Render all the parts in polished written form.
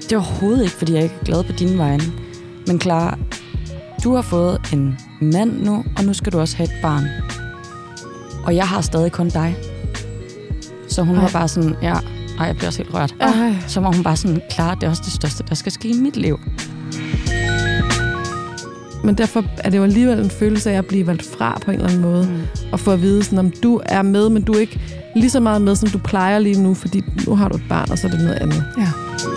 Det er overhovedet ikke, fordi jeg ikke er glad på dine vegne. Men Clara, du har fået en mand nu, og nu skal du også have et barn. Og jeg har stadig kun dig. Så hun var bare sådan, ja, jeg bliver også helt rørt. Så var hun bare sådan, Clara, det er også det største, der skal ske i mit liv. Men derfor er det jo alligevel en følelse af at blive valgt fra på en eller anden måde. Og få at vide, sådan, om du er med, men du er ikke lige så meget med, som du plejer lige nu, fordi nu har du et barn, og så er det noget andet. Ja.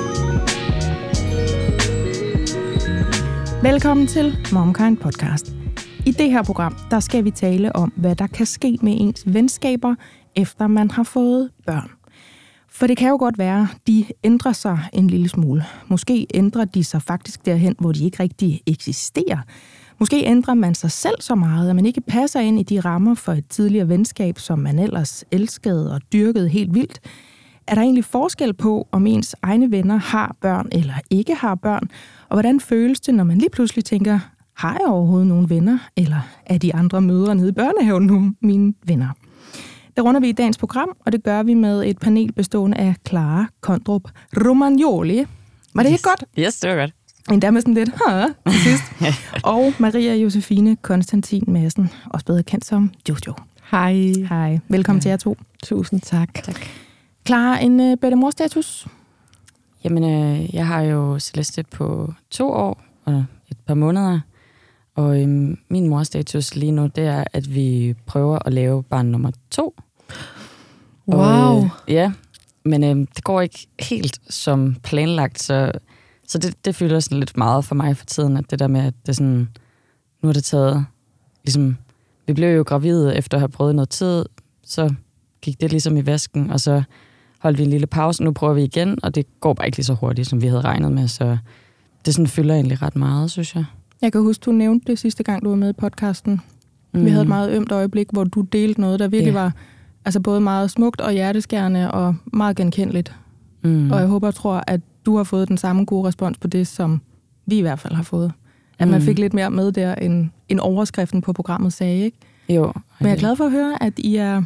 Velkommen til MomKind Podcast. I det her program, der skal vi tale om, hvad der kan ske med ens venskaber, efter man har fået børn. For det kan jo godt være, de ændrer sig en lille smule. Måske ændrer de sig faktisk derhen, hvor de ikke rigtig eksisterer. Måske ændrer man sig selv så meget, at man ikke passer ind i de rammer for et tidligere venskab, som man ellers elskede og dyrkede helt vildt. Er der egentlig forskel på, om ens egne venner har børn eller ikke har børn? Og hvordan føles det, når man lige pludselig tænker, har jeg overhovedet nogle venner? Eller er de andre mødre nede i børnehaven nu mine venner? Det runder vi i dagens program, og det gør vi med et panel bestående af Clara Kondrup Romagnoli. Var det ikke godt? Yes, det var godt. Endda med sådan lidt, til sidst. Og Maria Josefine Konstantin Madsen, også bedre kendt som Jojo. Hej. Hej. Velkommen til jer to. Tusind tak. Clara, en bedemorstatus? Jamen, jeg har jo Celeste på 2 år og et par måneder. Og min morstatus lige nu, det er, at vi prøver at lave barn nummer 2. Wow. Og, ja, men det går ikke helt som planlagt, så det fylder sådan lidt meget for mig for tiden, at det der med, at det sådan, nu er det taget, ligesom, vi blev jo gravide efter at have prøvet noget tid, så gik det ligesom i vasken, og så holdt vi en lille pause, nu prøver vi igen, og det går bare ikke lige så hurtigt, som vi havde regnet med, så det sådan fylder egentlig ret meget, synes jeg. Jeg kan huske, du nævnte det sidste gang, du var med i podcasten. Vi havde et meget ømt øjeblik, hvor du delte noget, der virkelig var altså både meget smukt og hjerteskærende og meget genkendeligt. Og jeg håber og tror, at du har fået den samme gode respons på det, som vi i hvert fald har fået. At man fik lidt mere med der, end overskriften på programmet sagde, ikke? Jo. Men jeg er glad for at høre, at I er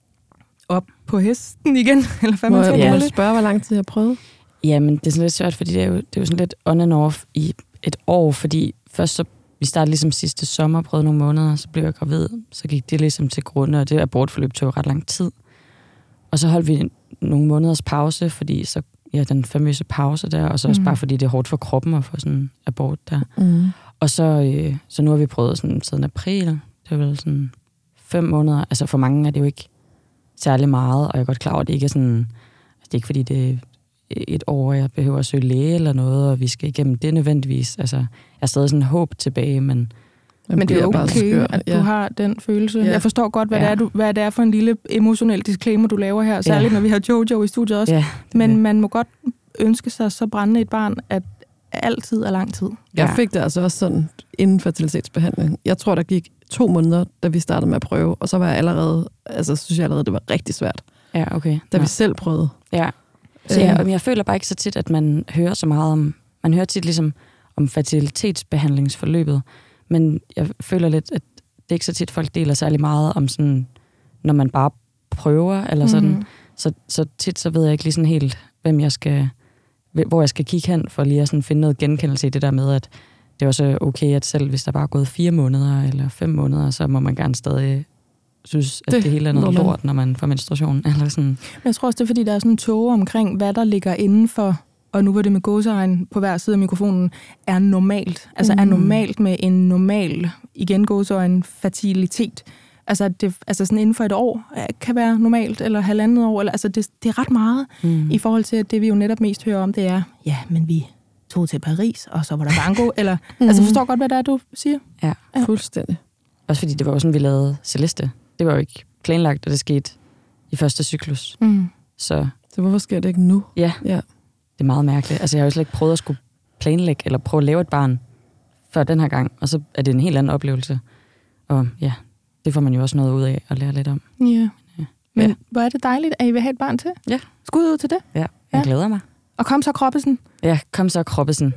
op på hesten igen. Eller hvad man skal må jeg spørge, hvor lang tid jeg har prøvet? Jamen, det er sådan lidt svært, fordi det er jo sådan lidt on and off i et år, fordi først så, vi startede ligesom sidste sommer, prøvede nogle måneder, så blev jeg gravid, så gik det ligesom til grunde, og det abortforløb tog ret lang tid. Og så holdt vi nogle måneders pause, fordi så, ja, den famøse pause der, og så også bare fordi det er hårdt for kroppen at få sådan en abort der. Og så nu har vi prøvet sådan siden april, det er vel sådan 5 måneder, altså for mange er det jo ikke særlig meget, og jeg er godt klar over, at det ikke er sådan, altså det er ikke fordi det er et år, jeg behøver at søge læge eller noget, og vi skal igennem det nødvendigvis. Altså, jeg har stadig sådan håb tilbage, men det er okay, at du har den følelse. Ja. Jeg forstår godt, hvad det er for en lille emotionel disclaimer, du laver her, særligt når vi har Jojo i studiet også. Ja, men man må godt ønske sig så brændende et barn, at altid er lang tid. Jeg fik det altså også sådan inden fertilitetsbehandling. Jeg tror, der gik 2 måneder, da vi startede med at prøve, og så var jeg allerede, synes jeg allerede, det var rigtig svært. Ja, okay. Da vi selv prøvede. Ja. Så jeg føler bare ikke så tit, at man hører så meget om, man hører tit ligesom om fertilitetsbehandlingsforløbet, men jeg føler lidt, at det er ikke så tit, folk deler særlig meget om sådan, når man bare prøver, eller sådan, så tit så ved jeg ikke lige sådan helt, hvor jeg skal kigge hen, for lige at sådan finde noget genkendelse i det der med, at det er også okay, at selv hvis der bare er gået 4 måneder eller 5 måneder, så må man gerne stadig synes, at det hele er noget lort, når man får menstruation. Eller sådan. Men jeg tror også, det er, fordi der er sådan en tåge omkring, hvad der ligger inden for, og nu var det med gåseøjne på hver side af mikrofonen, er normalt. Altså er normalt med en normal, igen gåseøjne, fertilitet. Altså sådan inden for et år kan være normalt, eller 1,5 år. Eller, altså det er ret meget i forhold til, at det vi jo netop mest hører om, det er, ja, men vi tog til Paris, og så var der banko. Eller, altså forstår godt, hvad det er, du siger? Ja, fuldstændig. Også fordi det var jo sådan, vi lavede Celeste. Det var jo ikke planlagt, og det skete i første cyklus. Så hvorfor sker det ikke nu? Ja, det er meget mærkeligt. Altså, jeg har jo slet ikke prøvet at skulle planlægge, eller prøve at lave et barn før den her gang, og så er det en helt anden oplevelse. Og ja, det får man jo også noget ud af at lære lidt om. Ja. Men hvor er det dejligt, at I vil have et barn til? Ja. Skud ud til det. Ja, jeg glæder mig. Og kom så Kroppesen. Ja, kom så Kroppesen.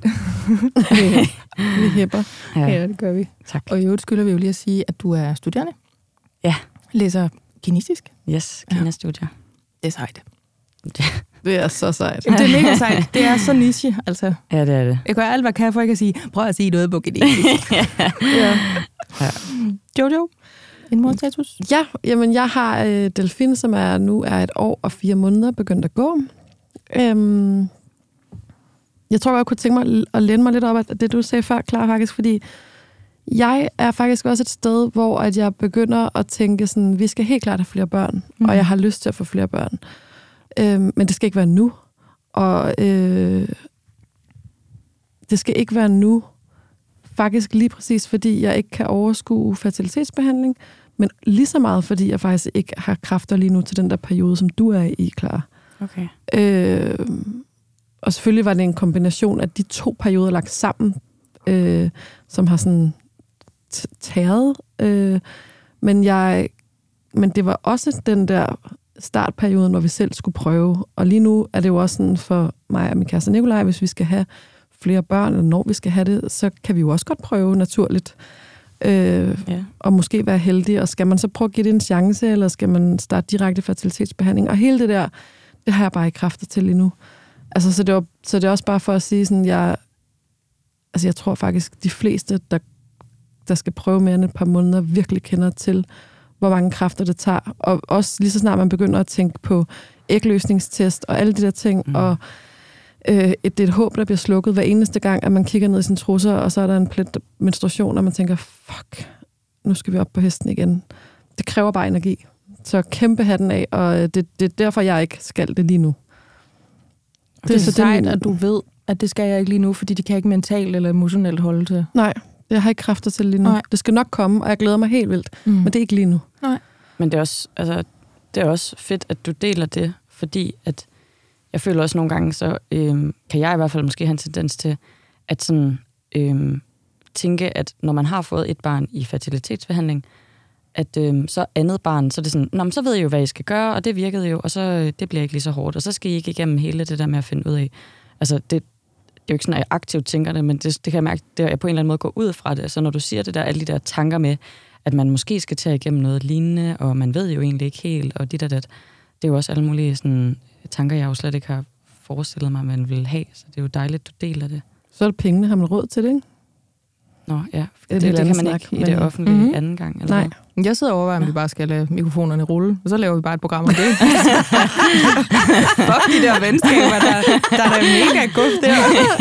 Vi hæpper. Ja, det gør vi. Tak. Og i øvrigt skylder vi jo lige at sige, at du er studerende. Ja. Læser kinesisk. Yes, Kina-studier. Det er sejt. Det er så sejt. Det er mega sejt. Det er så niche, altså. Ja, det er det. Jeg gør alt, hvad jeg kan, for ikke at sige, prøv at sige noget på kinesisk. Ja. Jojo, en morstatus? Ja, jamen jeg har Delfin, som nu er 1 år og 4 måneder begyndt at gå. Jeg tror, jeg kunne tænke mig at læne mig lidt op af det, du sagde før, Clara, faktisk, fordi jeg er faktisk også et sted, hvor at jeg begynder at tænke sådan, vi skal helt klart have flere børn, og jeg har lyst til at få flere børn. Men det skal ikke være nu. Og det skal ikke være nu, faktisk lige præcis, fordi jeg ikke kan overskue fertilitetsbehandling, men lige så meget, fordi jeg faktisk ikke har kræfter lige nu til den der periode, som du er i, Clara. Okay. Og selvfølgelig var det en kombination af de 2 perioder lagt sammen, som har sådan tæret. Men det var også den der startperioden, hvor vi selv skulle prøve. Og lige nu er det jo også sådan for mig og min kæreste Nikolaj, hvis vi skal have flere børn, eller når vi skal have det, så kan vi jo også godt prøve naturligt. Og måske være heldige. Og skal man så prøve at give det en chance, eller skal man starte direkte fertilitetsbehandling? Og hele det der, det har jeg bare ikke kræfter til lige nu. Altså, så det er også bare for at sige sådan, jeg tror faktisk, de fleste, der skal prøve mere end et par måneder, virkelig kender til, hvor mange kræfter det tager. Og også lige så snart man begynder at tænke på ægløsningstest og alle de der ting, og det er et håb, der bliver slukket hver eneste gang, at man kigger ned i sine trusser, og så er der en plet menstruation, og man tænker, fuck, nu skal vi op på hesten igen. Det kræver bare energi. Så kæmpe hatten af, og det er derfor, jeg ikke skal det lige nu. Det er så sejt, at du ved, at det skal jeg ikke lige nu, fordi det kan jeg ikke mentalt eller emotionelt holde til. Nej, jeg har ikke kræfter til lige nu. Nej. Det skal nok komme, og jeg glæder mig helt vildt, men det er ikke lige nu. Nej. Men det er også fedt, at du deler det, fordi at jeg føler også nogle gange, så kan jeg i hvert fald måske have en tendens til, at sådan tænke, at når man har fået et barn i fertilitetsbehandling, at så andet barn, så er det sådan, nå, men så ved jeg jo, hvad I skal gøre, og det virkede jo, og så det bliver ikke lige så hårdt, og så skal I ikke igennem hele det der med at finde ud af. Altså, det er jo ikke sådan, at jeg aktivt tænker det, men det kan jeg mærke, at jeg på en eller anden måde går ud fra det. Så når du siger det der, alle de der tanker med, at man måske skal tage igennem noget lignende, og man ved jo egentlig ikke helt, og det er jo også alle mulige sådan, tanker, jeg jo slet ikke har forestillet mig, man vil have, så det er jo dejligt, du deler det. Så er det pengene, har man råd til det, ikke? Nå, ja. Det kan man ikke i det offentlige anden gang. Eller nej. Hvad? Jeg sidder og overvejer, om vi bare skal lade mikrofonerne rulle, og så laver vi bare et program om det. Fuck de der venskaber, der er mega guf der.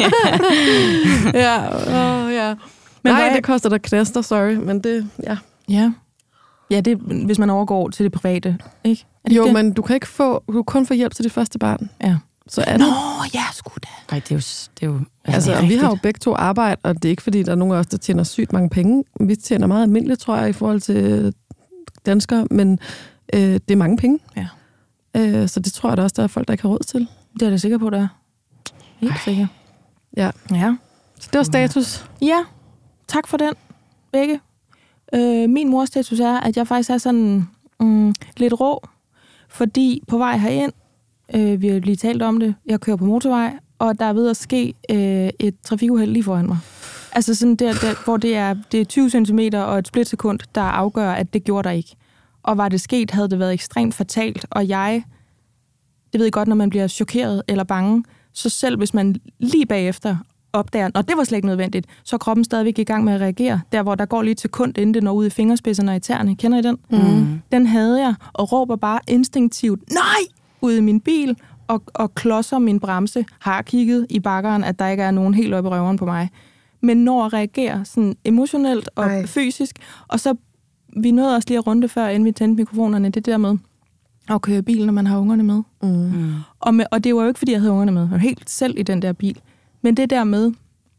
ja. Men nej, det koster der knaster, sorry, men det, ja. Ja, det hvis man overgår til det private, ikke? Jo, men du kan kun få hjælp til det første barn. Ja. Så er det. Ja, sgu da. Nej, det er jo altså, vi har jo begge 2 arbejde, og det er ikke fordi, der er nogen af os, der tjener sygt mange penge. Vi tjener meget almindeligt, tror jeg, i forhold til danskere, men det er mange penge. Ja. Så det tror jeg da også, der er folk, der ikke har råd til. Det er jeg da sikker på, der er. Helt sikker. Ja. Så det var status. Ja, tak for den, begge. Min mors status er, at jeg faktisk er sådan lidt rå, fordi på vej herind, vi har lige talt om det, jeg kører på motorvej, og der er ved at ske et trafikuheld lige foran mig. Altså sådan der, hvor det er 20 cm og et splitsekund, der afgør, at det gjorde der ikke. Og var det sket, havde det været ekstremt fatalt, og det ved jeg godt, når man bliver chokeret eller bange, så selv hvis man lige bagefter opdager, og det var slet ikke nødvendigt, så er kroppen stadigvæk i gang med at reagere. Der, hvor der går lige et sekund, inden det når ud i fingerspidserne og i tæerne. Kender I den? Den havde jeg, og råber bare instinktivt, nej! Ud i min bil, og klodser min bremse, har kigget i bakkeren, at der ikke er nogen helt oppe i røveren på mig. Men når at reagere sådan emotionelt og fysisk, og så, vi nåede også lige at runde før, inden vi tændte mikrofonerne, det der med at køre bil, når man har ungerne med. Og det var jo ikke, fordi jeg havde ungerne med. Jeg var helt selv i den der bil. Men det der med,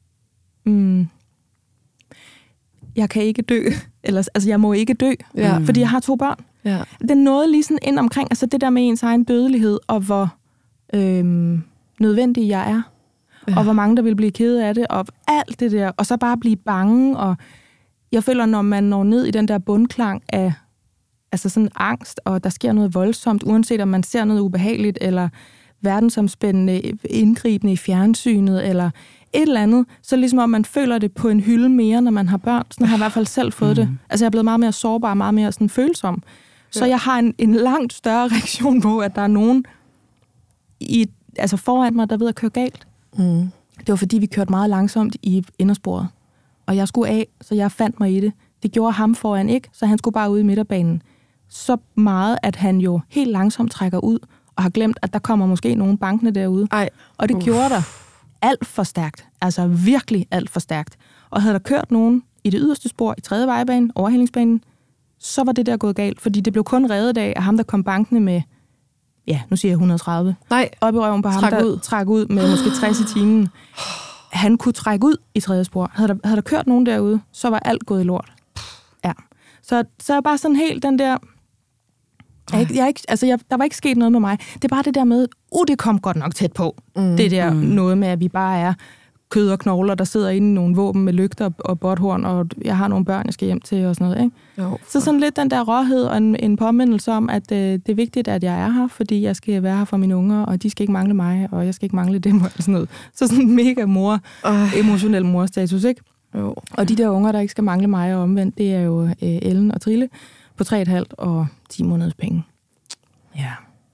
jeg kan ikke dø, altså jeg må ikke dø, fordi jeg har 2 børn. Ja. Den nåede lige sådan ind omkring, altså det der med ens egen dødelighed, og hvor nødvendig jeg er, og hvor mange der vil blive kede af det, og alt det der, og så bare blive bange, og jeg føler, når man når ned i den der bundklang af altså sådan angst, og der sker noget voldsomt, uanset om man ser noget ubehageligt, eller verdensomspændende indgribende i fjernsynet, eller et eller andet, så ligesom om man føler det på en hylde mere, når man har børn. Sådan har jeg i hvert fald selv fået det. Altså jeg er blevet meget mere sårbar, meget mere sådan følsom. Så jeg har en langt større reaktion på, at der er nogen, foran mig, der ved at køre galt. Mm. Det var fordi, vi kørte meget langsomt i indersporet. Og jeg skulle af, så jeg fandt mig i det. Det gjorde ham foran ikke, så han skulle bare ud i midterbanen. Så meget, at han jo helt langsomt trækker ud, og har glemt, at der kommer måske nogen bankene derude. Ej. Og det gjorde der alt for stærkt. Altså virkelig alt for stærkt. Og havde der kørt nogen i det yderste spor, i tredje vejbane, overhældingsbanen, så var det der gået galt. Fordi det blev kun reddet af ham, der kom bankene med, ja, nu siger jeg 130. Nej. Op i røven på ham, der træk ud med måske 60 i timen. Han kunne trække ud i tredje spor. Havde der kørt nogen derude, så var alt gået i lort. Ja. Så er bare sådan helt den der... der var ikke sket noget med mig. Det er bare det der med, det kom godt nok tæt på. Det der noget med, at vi bare er kød og knogler, der sidder inde i nogle våben med lygter og botthorn, og jeg har nogle børn, jeg skal hjem til og sådan noget. Ikke? Jo. Så sådan lidt den der råhed og en påmindelse om, at det er vigtigt, at jeg er her, fordi jeg skal være her for mine unger, og de skal ikke mangle mig, og jeg skal ikke mangle dem og sådan noget. Så sådan en mega emotionel morstatus, ikke? Jo. Og de der unger, der ikke skal mangle mig og omvendt, det er jo Ellen og Trille på 3,5 og 10 måneders penge. Ja.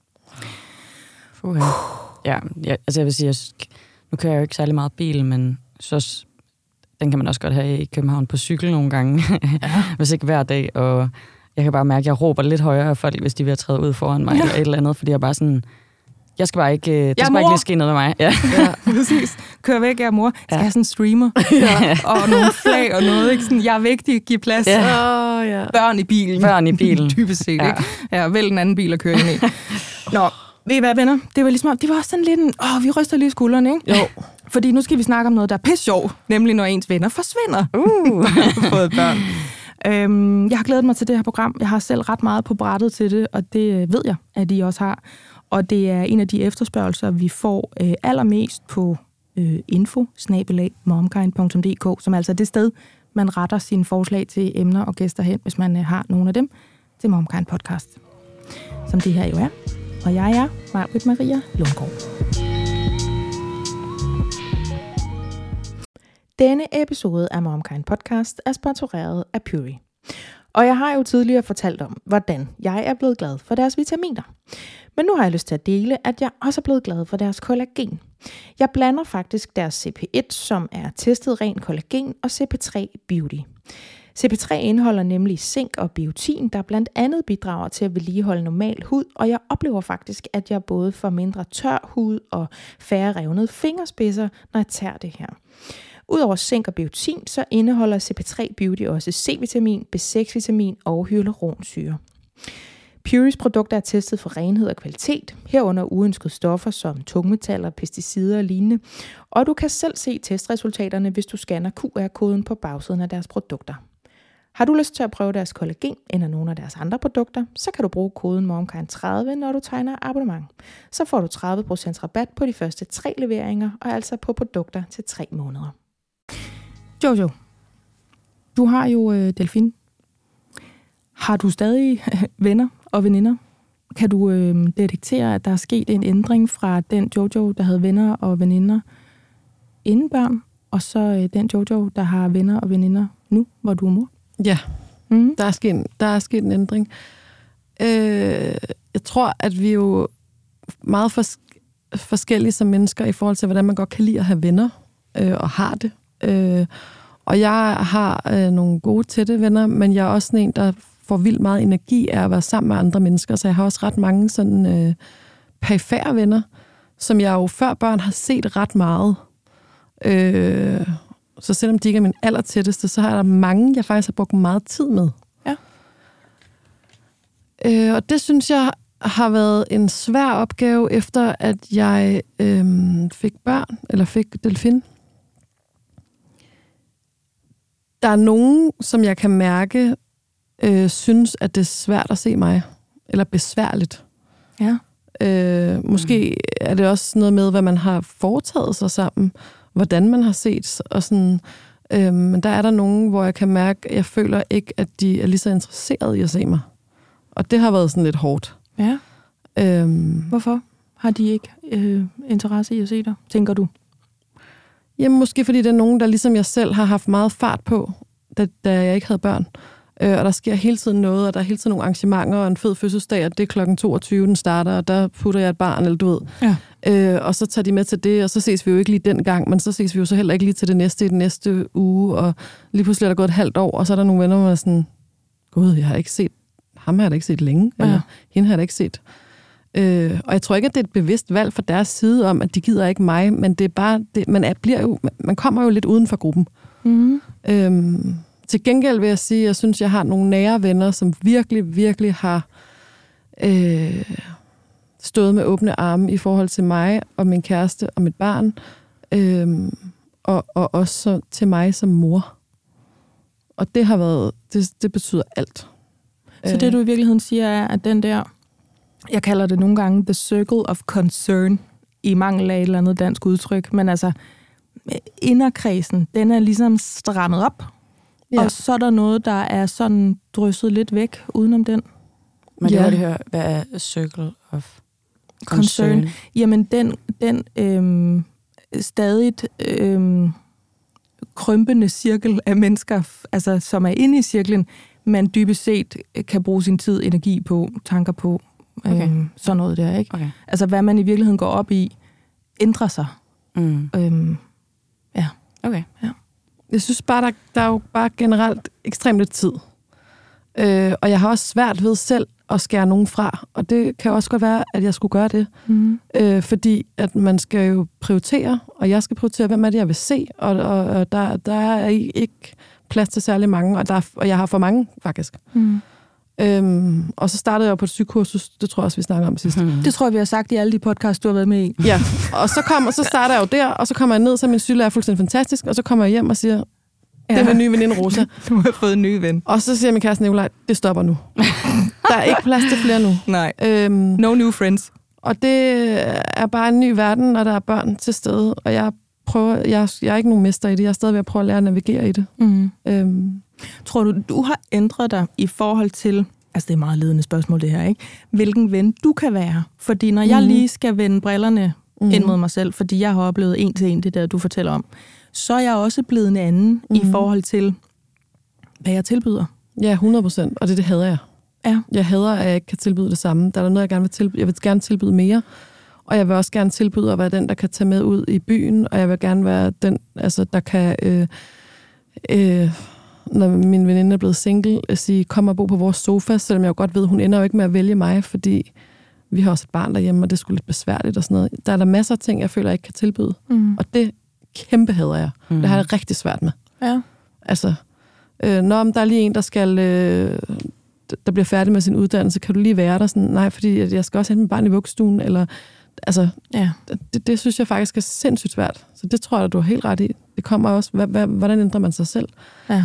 Ja, altså jeg vil sige, nu kører jeg jo ikke særlig meget bil, men så den kan man også godt have i København på cykel nogle gange, hvis ikke hver dag, og jeg kan bare mærke, at jeg råber lidt højere af folk, hvis de vil have træde ud foran mig, eller et eller andet, fordi jeg bare sådan, der skal bare ikke lige ske noget med mig. Ja, præcis. Kør væk, jeg er mor. Jeg skal have sådan en streamer, og nogle flag og noget, ikke? Sådan, jeg er vigtig, give plads. Børn i bilen. Børn i bilen. Typisk set, ikke? Ja, vælg en anden bil at køre ind i. Nå, ved I hvad, venner? Det var ligesom, det var også sådan lidt en, vi ryster lige skuldrene, ikke? Jo. Fordi nu skal vi snakke om noget, der er pisse sjovt, nemlig når ens venner forsvinder. Fået børn. Jeg har glædet mig til det her program. Jeg har selv ret meget på brættet til det, og det ved jeg, at I også har. Og det er en af de efterspørgelser, vi får allermest på info@momkind.dk, som altså er det sted, man retter sine forslag til emner og gæster hen, hvis man har nogle af dem, til Momkind Podcast. Som det her jo er. Og jeg er Maj-Britt Maria Lundgaard. Denne episode af Momkind Podcast er sponsoreret af Pury. Og jeg har jo tidligere fortalt om, hvordan jeg er blevet glad for deres vitaminer. Men nu har jeg lyst til at dele, at jeg også er blevet glad for deres kollagen. Jeg blander faktisk deres CP1, som er testet ren kollagen, og CP3 Beauty. CP3 indeholder nemlig zink og biotin, der blandt andet bidrager til at vedligeholde normal hud, og jeg oplever faktisk, at jeg både får mindre tør hud og færre revnede fingerspidser, når jeg tager det her. Udover zink og biotin, så indeholder CP3 Beauty også C-vitamin, B6-vitamin og hyaluronsyre. Purys produkter er testet for renhed og kvalitet, herunder uønskede stoffer som tungmetaller, pesticider og lignende, og du kan selv se testresultaterne, hvis du scanner QR-koden på bagsiden af deres produkter. Har du lyst til at prøve deres kollagen eller nogle af deres andre produkter, så kan du bruge koden MOMKIND30, når du tegner abonnement. Så får du 30% rabat på de første 3 leveringer, og altså på produkter til 3 måneder. Jojo, du har jo Delfin. Har du stadig venner og veninder? Kan du detektere, at der er sket en ændring fra den Jojo, der havde venner og veninder inden børn, og så den Jojo, der har venner og veninder nu, hvor du er mor? Ja, der er sket en ændring. Jeg tror, at vi er jo meget forskellige som mennesker i forhold til, hvordan man godt kan lide at have venner og har det. Og jeg har nogle gode, tætte venner, men jeg er også en, der får vildt meget energi af at være sammen med andre mennesker, så jeg har også ret mange sådan perifære venner, som jeg jo før børn har set ret meget. Så selvom de ikke er min allertætteste, så er der mange, jeg faktisk har brugt meget tid med. Ja. Og det synes jeg har været en svær opgave, efter at jeg fik børn, eller fik Delfin. Der er nogen, som jeg kan mærke, synes, at det er svært at se mig. Eller besværligt. Ja. Måske er det også noget med, hvad man har foretaget sig sammen. Hvordan man har set. Og sådan, men der er der nogen, hvor jeg kan mærke, at jeg føler ikke, at de er lige så interesserede i at se mig. Og det har været sådan lidt hårdt. Ja. Hvorfor har de ikke interesse i at se dig, tænker du? Jamen måske fordi det er nogen, der ligesom jeg selv har haft meget fart på, da jeg ikke havde børn. Og der sker hele tiden noget, og der er hele tiden nogle arrangementer, og en fed fødselsdag, og det er klokken 22, den starter, og der putter jeg et barn, eller du ved. Ja. Og så tager de med til det, og så ses vi jo ikke lige den gang, men så ses vi jo så heller ikke lige til det næste i den næste uge, og lige pludselig er der gået et halvt år, og så er der nogle venner, hvor man er sådan, gud, jeg har ikke set, ham har jeg da ikke set længe, eller hende har jeg da ikke set. Og jeg tror ikke, at det er et bevidst valg fra deres side om, at de gider ikke mig, men det er bare, man kommer jo lidt uden for gruppen. Mm-hmm. Til gengæld vil jeg sige, at jeg synes, jeg har nogle nære venner, som virkelig, virkelig har stået med åbne arme i forhold til mig og min kæreste og mit barn, og også til mig som mor. Og det har været, det betyder alt. Så det, du i virkeligheden siger, er, at den der, jeg kalder det nogle gange the circle of concern, i mangel af et eller andet dansk udtryk, men altså, inderkredsen, den er ligesom strammet op, og så er der noget, der er sådan drysset lidt væk udenom den. Men det var det her, hvad er circle of concern? Jamen, den stadig krympende cirkel af mennesker, altså, som er inde i cirklen, man dybest set kan bruge sin tid, energi på, tanker på, sådan noget der, ikke? Okay. Altså, hvad man i virkeligheden går op i, ændrer sig. Ja. Okay. Ja. Jeg synes bare, der er jo bare generelt ekstremt lidt tid. Og jeg har også svært ved selv at skære nogen fra, og det kan også godt være, at jeg skulle gøre det. Fordi at man skal jo prioritere, og jeg skal prioritere, hvem er det, jeg vil se, og der er ikke plads til særlig mange, og jeg har for mange, faktisk. Og så startede jeg på et sygekursus, det tror jeg også, vi snakkede om sidst. Det tror jeg, vi har sagt i alle de podcasts, du har været med i. Ja, og så starter jeg jo der, og så kommer jeg ned, så min sygelærer er fuldstændig fantastisk, og så kommer jeg hjem og siger, det er min nye veninde Rosa. Du har fået en ny ven. Og så siger min kæreste Nikolaj, det stopper nu. Der er ikke plads til flere nu. Nej, no new friends. Og det er bare en ny verden, når der er børn til stede, og jeg er ikke nogen mester i det, jeg er stadig ved at prøve at lære at navigere i det. Tror du har ændret dig i forhold til, altså det er et meget ledende spørgsmål det her, ikke? Hvilken ven du kan være? Fordi når jeg lige skal vende brillerne ind mod mig selv, fordi jeg har oplevet en til en det der, du fortæller om, så er jeg også blevet en anden i forhold til, hvad jeg tilbyder. Ja, 100%, og det hader jeg. Ja. Jeg hader, at jeg ikke kan tilbyde det samme. Der er noget, jeg gerne vil tilbyde. Jeg vil gerne tilbyde mere, og jeg vil også gerne tilbyde at være den, der kan tage med ud i byen, og jeg vil gerne være den, altså, der kan, når min veninde er blevet single, sige, kom og bo på vores sofa, selvom jeg jo godt ved, hun ender jo ikke med at vælge mig, fordi vi har også et barn derhjemme, og det er sgu lidt besværligt og sådan noget. Der er der masser af ting, jeg føler, jeg ikke kan tilbyde, og det kæmpe hader jeg. Det har jeg rigtig svært med. Ja. Altså, når der er lige en, der skal... der bliver færdig med sin uddannelse, kan du lige være der? Sådan, nej, fordi jeg skal også hente mit barn i vuggestuen, eller... Altså, det synes jeg faktisk er sindssygt svært. Så det tror jeg, du har helt ret i. Det kommer også, hvordan ændrer man sig selv? Ja.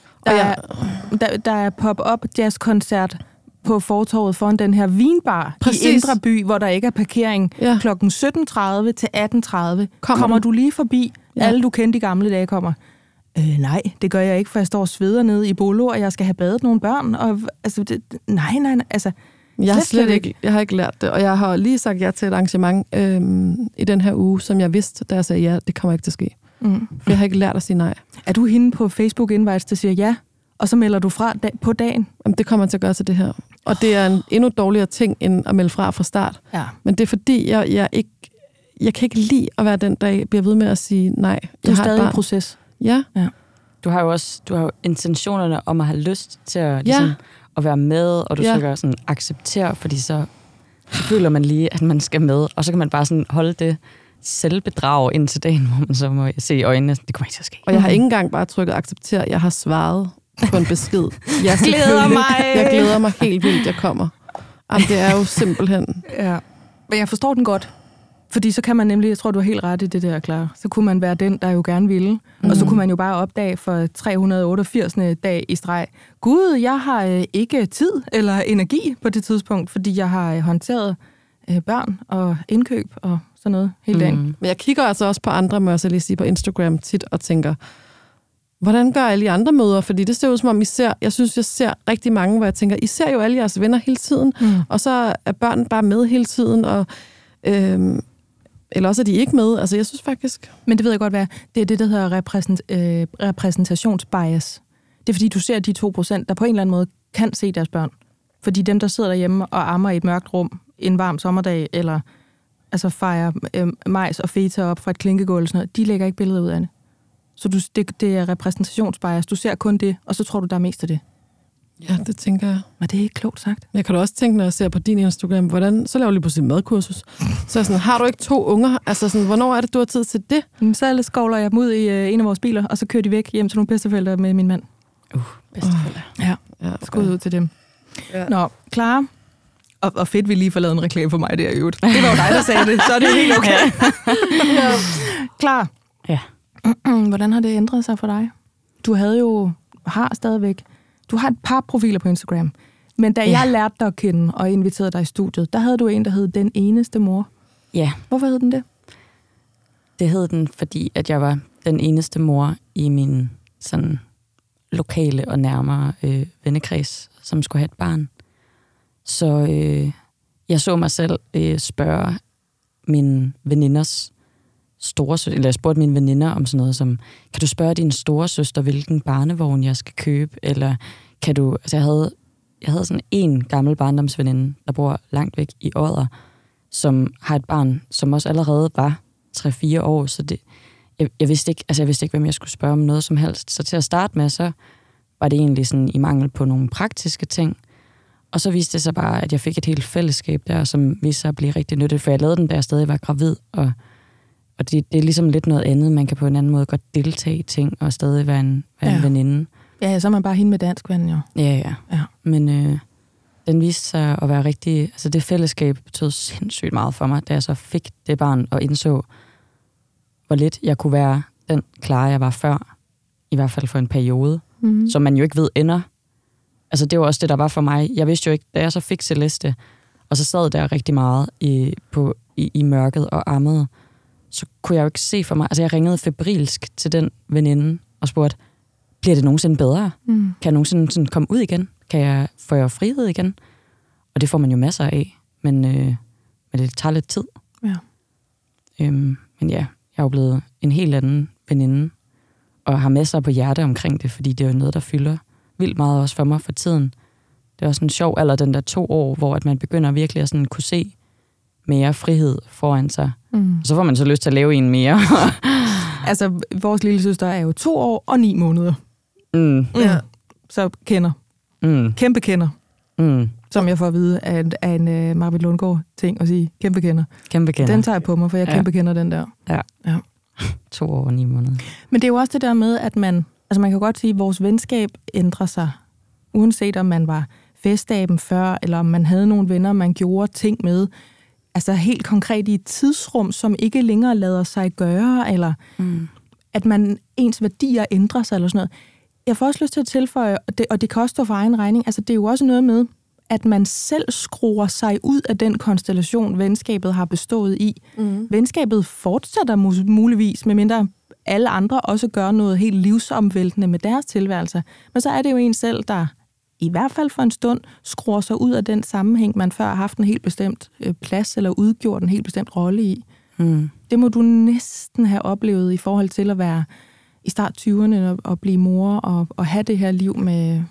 Der er pop-up jazzkoncert på fortovet foran den her vinbar i Indre By, hvor der ikke er parkering. Klokken 17.30 til 18.30. Kommer du lige forbi? Alle du kendte i gamle dage kommer. Nej, det gør jeg ikke, for jeg står og sveder nede i Bolo, og jeg skal have badet nogle børn. Og, altså, nej, altså... Jeg har ikke lært det, og jeg har lige sagt ja til et arrangement i den her uge, som jeg vidste, da jeg sagde ja, det kommer ikke til at ske. For jeg har ikke lært at sige nej. Er du hende på Facebook Invites, der siger ja, og så melder du fra på dagen? Jamen, det kommer til at gøre til det her. Og det er en endnu dårligere ting, end at melde fra start. Ja. Men det er fordi, jeg kan ikke lide at være den, der bliver ved med at sige nej. Du er stadig i proces. Ja. Du har jo intentionerne om at have lyst til at, ligesom, at være med, og du skal sådan acceptere, fordi så føler man lige, at man skal med, og så kan man bare sådan holde det selvbedrag ind til dagen, hvor man så må se i øjnene, det kommer ikke til at ske. Og jeg har ikke engang bare trykket acceptere, jeg har svaret på en besked. Jeg glæder mig helt vildt, jeg kommer. Jamen, det er jo simpelthen... Ja. Men jeg forstår den godt. Fordi så kan man nemlig, jeg tror, du har helt ret i det der, Clara. Så kunne man være den, der jo gerne ville. Og så kunne man jo bare opdage for 388. dag i streg. Gud, jeg har ikke tid eller energi på det tidspunkt, fordi jeg har håndteret børn og indkøb og sådan noget hele dagen. Men jeg kigger altså også på andre, må jeg så lige sige, på Instagram tit og tænker, hvordan gør alle de andre møder? Fordi det ser ud som om, jeg synes, jeg ser rigtig mange, hvor jeg tænker, I ser jo alle jeres venner hele tiden, og så er børn bare med hele tiden, og... eller også er de ikke med. Altså, jeg synes faktisk... Men det ved jeg godt, hvad det er det, der hedder repræsentationsbias. Det er fordi, du ser de 2%, der på en eller anden måde kan se deres børn. Fordi dem, der sidder derhjemme og ammer i et mørkt rum en varm sommerdag, eller altså fejrer majs og feta op fra et klinkegulv, sådan noget, de lægger ikke billeder ud af det. Så det er repræsentationsbias. Du ser kun det, og så tror du, der er mest af det. Ja, det tænker jeg. Men det er ikke klogt sagt. Jeg kan da også tænke, når jeg ser på din Instagram, så laver du lige på sin madkursus. Så er sådan, har du ikke 2 unger? Altså sådan, hvornår er det, du har tid til det? Så skovler jeg dem ud i en af vores biler, og så kører de væk hjem til nogle bedsteforældre med min mand. Bedsteforældre. Ja, skud ud til dem. Ja. Nå, Clara. Og fedt, vi lige får lavet en reklame for mig der i øvrigt. Det var jo dig, der sagde det, så er det jo helt okay. Ja. Clara. Ja. Hvordan har det ændret sig for dig? Du har stadigvæk, du har et par profiler på Instagram, men da jeg lærte dig at kende og inviterede dig i studiet, der havde du en, der hed Den Eneste Mor. Ja. Hvorfor hed den det? Det hed den, fordi at jeg var den eneste mor i min sådan lokale og nærmere vennekreds, som skulle have et barn. Så jeg så mig selv spørge mine veninders storesøster, eller jeg spurgte mine veninder om sådan noget som, kan du spørge din storesøster, hvilken barnevogn jeg skal købe, eller kan du, altså jeg havde sådan en gammel barndomsveninde, der bor langt væk i Odder, som har et barn, som også allerede var 3-4 år, så det, jeg vidste ikke, hvem jeg skulle spørge om noget som helst. Så til at starte med, så var det egentlig sådan i mangel på nogle praktiske ting. Og så viste det sig bare, at jeg fik et helt fællesskab der, som viste sig at blive rigtig nyttigt, for jeg lavede den, da jeg stadig var gravid, og det er ligesom lidt noget andet. Man kan på en anden måde godt deltage i ting, og stadig være en veninde. Ja, så er man bare hende med dansk ven, jo. Ja. Men den viste sig at være rigtig, altså det fællesskab betød sindssygt meget for mig, da jeg så fik det barn og indså, hvor lidt jeg kunne være den Clara, jeg var før, i hvert fald for en periode, som man jo ikke ved ender. Altså det var også det, der var for mig. Jeg vidste jo ikke, da jeg så fik Celeste, og så sad der rigtig meget i mørket og ammede, så kunne jeg jo ikke se for mig, altså jeg ringede febrilsk til den veninde og spurgte, bliver det nogensinde bedre? Kan jeg nogensinde sådan komme ud igen? Får jeg frihed igen? Og det får man jo masser af, men det tager lidt tid. Ja. Men ja, jeg er jo blevet en helt anden veninde, og har masser på hjerte omkring det, fordi det er jo noget, der fylder vildt meget også for mig for tiden. Det er også en sjov alder, den der 2 år, hvor at man begynder virkelig at sådan kunne se mere frihed foran sig. Og så får man så lyst til at lave en mere. Altså, vores lille søster er jo 2 år og 9 måneder. Ja. Så kender. Kæmpe kender. Som jeg får at vide af en Marvitt Lundgaard-ting at sige. Kæmpe kender. Den tager jeg på mig, for jeg kæmpe kender den der. Ja. 2 år og 9 måneder. Men det er jo også det der med, at man kan godt sige, at vores venskab ændrer sig. Uanset om man var festaben før, eller om man havde nogle venner, man gjorde ting med. Altså helt konkret i et tidsrum, som ikke længere lader sig gøre, eller at ens værdier ændrer sig, eller sådan noget. Jeg får også lyst til at tilføje, og det kan også stå for egen regning, altså det er jo også noget med, at man selv skruer sig ud af den konstellation, venskabet har bestået i. Venskabet fortsætter muligvis, medmindre alle andre også gør noget helt livsomvæltende med deres tilværelse. Men så er det jo en selv, der i hvert fald for en stund skruer sig ud af den sammenhæng, man før har haft en helt bestemt plads, eller udgjort en helt bestemt rolle i. Det må du næsten have oplevet i forhold til at være i start 20'erne og blive mor og have det her liv med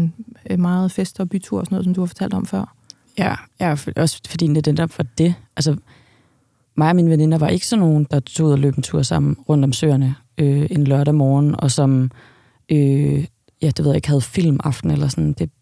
meget fest og bytur og sådan noget, som du har fortalt om før. Ja, også fordi det er for det. Altså, mig og mine veninder var ikke sådan nogen, der tog ud og løb en tur sammen rundt om søerne en lørdag morgen, og som, det ved jeg ikke, havde filmaften eller sådan. Det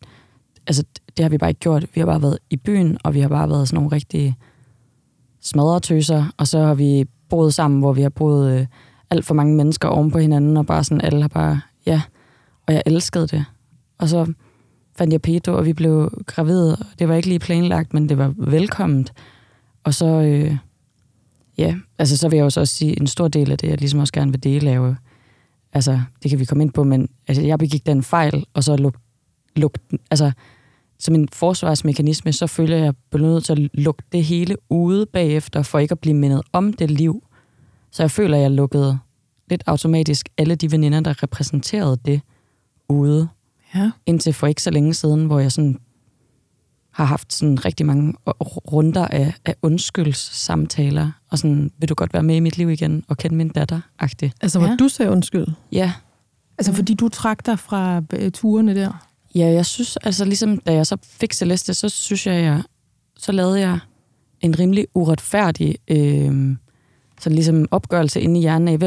har vi bare ikke gjort. Vi har bare været i byen, og vi har bare været sådan nogle rigtig smadretøser, og så har vi boet sammen, hvor vi har boet alt for mange mennesker oven på hinanden, og bare sådan, alle har bare, og jeg elskede det. Og så fandt jeg Pedro, og vi blev gravide, og det var ikke lige planlagt, men det var velkomment. Og så, så vil jeg jo så også sige, en stor del af det, jeg ligesom også gerne vil dele, er jo, altså, det kan vi komme ind på, men altså, jeg begik den fejl, og så som en forsvarsmekanisme, så føler jeg nødt til at lukke det hele ude bagefter, for ikke at blive mindet om det liv. Så jeg føler, at jeg lukkede lidt automatisk alle de veninder, der repræsenterede det ude. Ja. Indtil for ikke så længe siden, hvor jeg sådan har haft sådan rigtig mange runder af undskyldssamtaler, og sådan, vil du godt være med i mit liv igen, og kende min datter-agtigt. Altså, hvor du sagde undskyld? Ja. Altså fordi du trak dig fra turene der? Ja, jeg synes, altså ligesom da jeg så fik Celeste, så synes jeg, så lavede jeg en rimelig uretfærdig sådan ligesom opgørelse inde i hjernen af,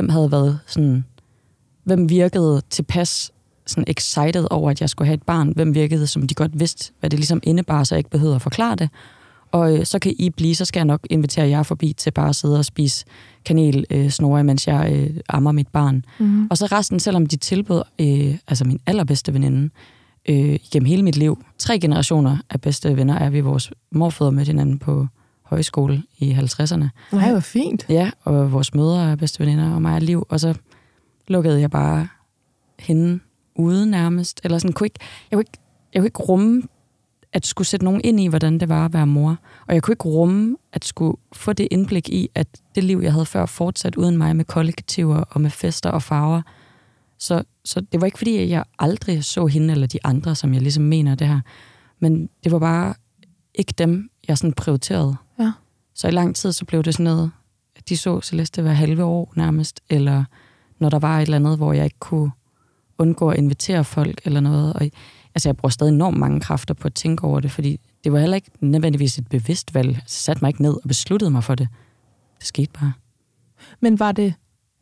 hvem virkede tilpas sådan excited over, at jeg skulle have et barn, hvem virkede, som de godt vidste, hvad det ligesom indebar, så jeg ikke behøvede at forklare det. Og så kan I blive, så skal jeg nok invitere jer forbi til bare at sidde og spise kanelsnore, mens jeg ammer mit barn. Mm. Og så resten, selvom de tilbød, altså min allerbedste veninde, igennem hele mit liv, 3 generationer af bedste venner, er vi vores morfædre med hinanden på højskole i 50'erne. Nej, hvor fint. Ja, og vores mødre er bedste veninder, og mig er Liv. Og så lukkede jeg bare hende ude nærmest. Eller sådan, jeg kunne ikke rumme at skulle sætte nogen ind i, hvordan det var at være mor. Og jeg kunne ikke rumme at skulle få det indblik i, at det liv, jeg havde før, fortsat uden mig med kollektiver og med fester og farver. Så det var ikke fordi, at jeg aldrig så hende eller de andre, som jeg ligesom mener det her. Men det var bare ikke dem, jeg sådan prioriterede. Ja. Så i lang tid, så blev det sådan noget, at de så Celeste hver halve år nærmest, eller når der var et eller andet, hvor jeg ikke kunne undgå at invitere folk eller noget. Og altså, jeg bruger stadig enormt mange kræfter på at tænke over det, fordi det var heller ikke nødvendigvis et bevidst valg. Jeg satte mig ikke ned og besluttede mig for det. Det skete bare. Men var det,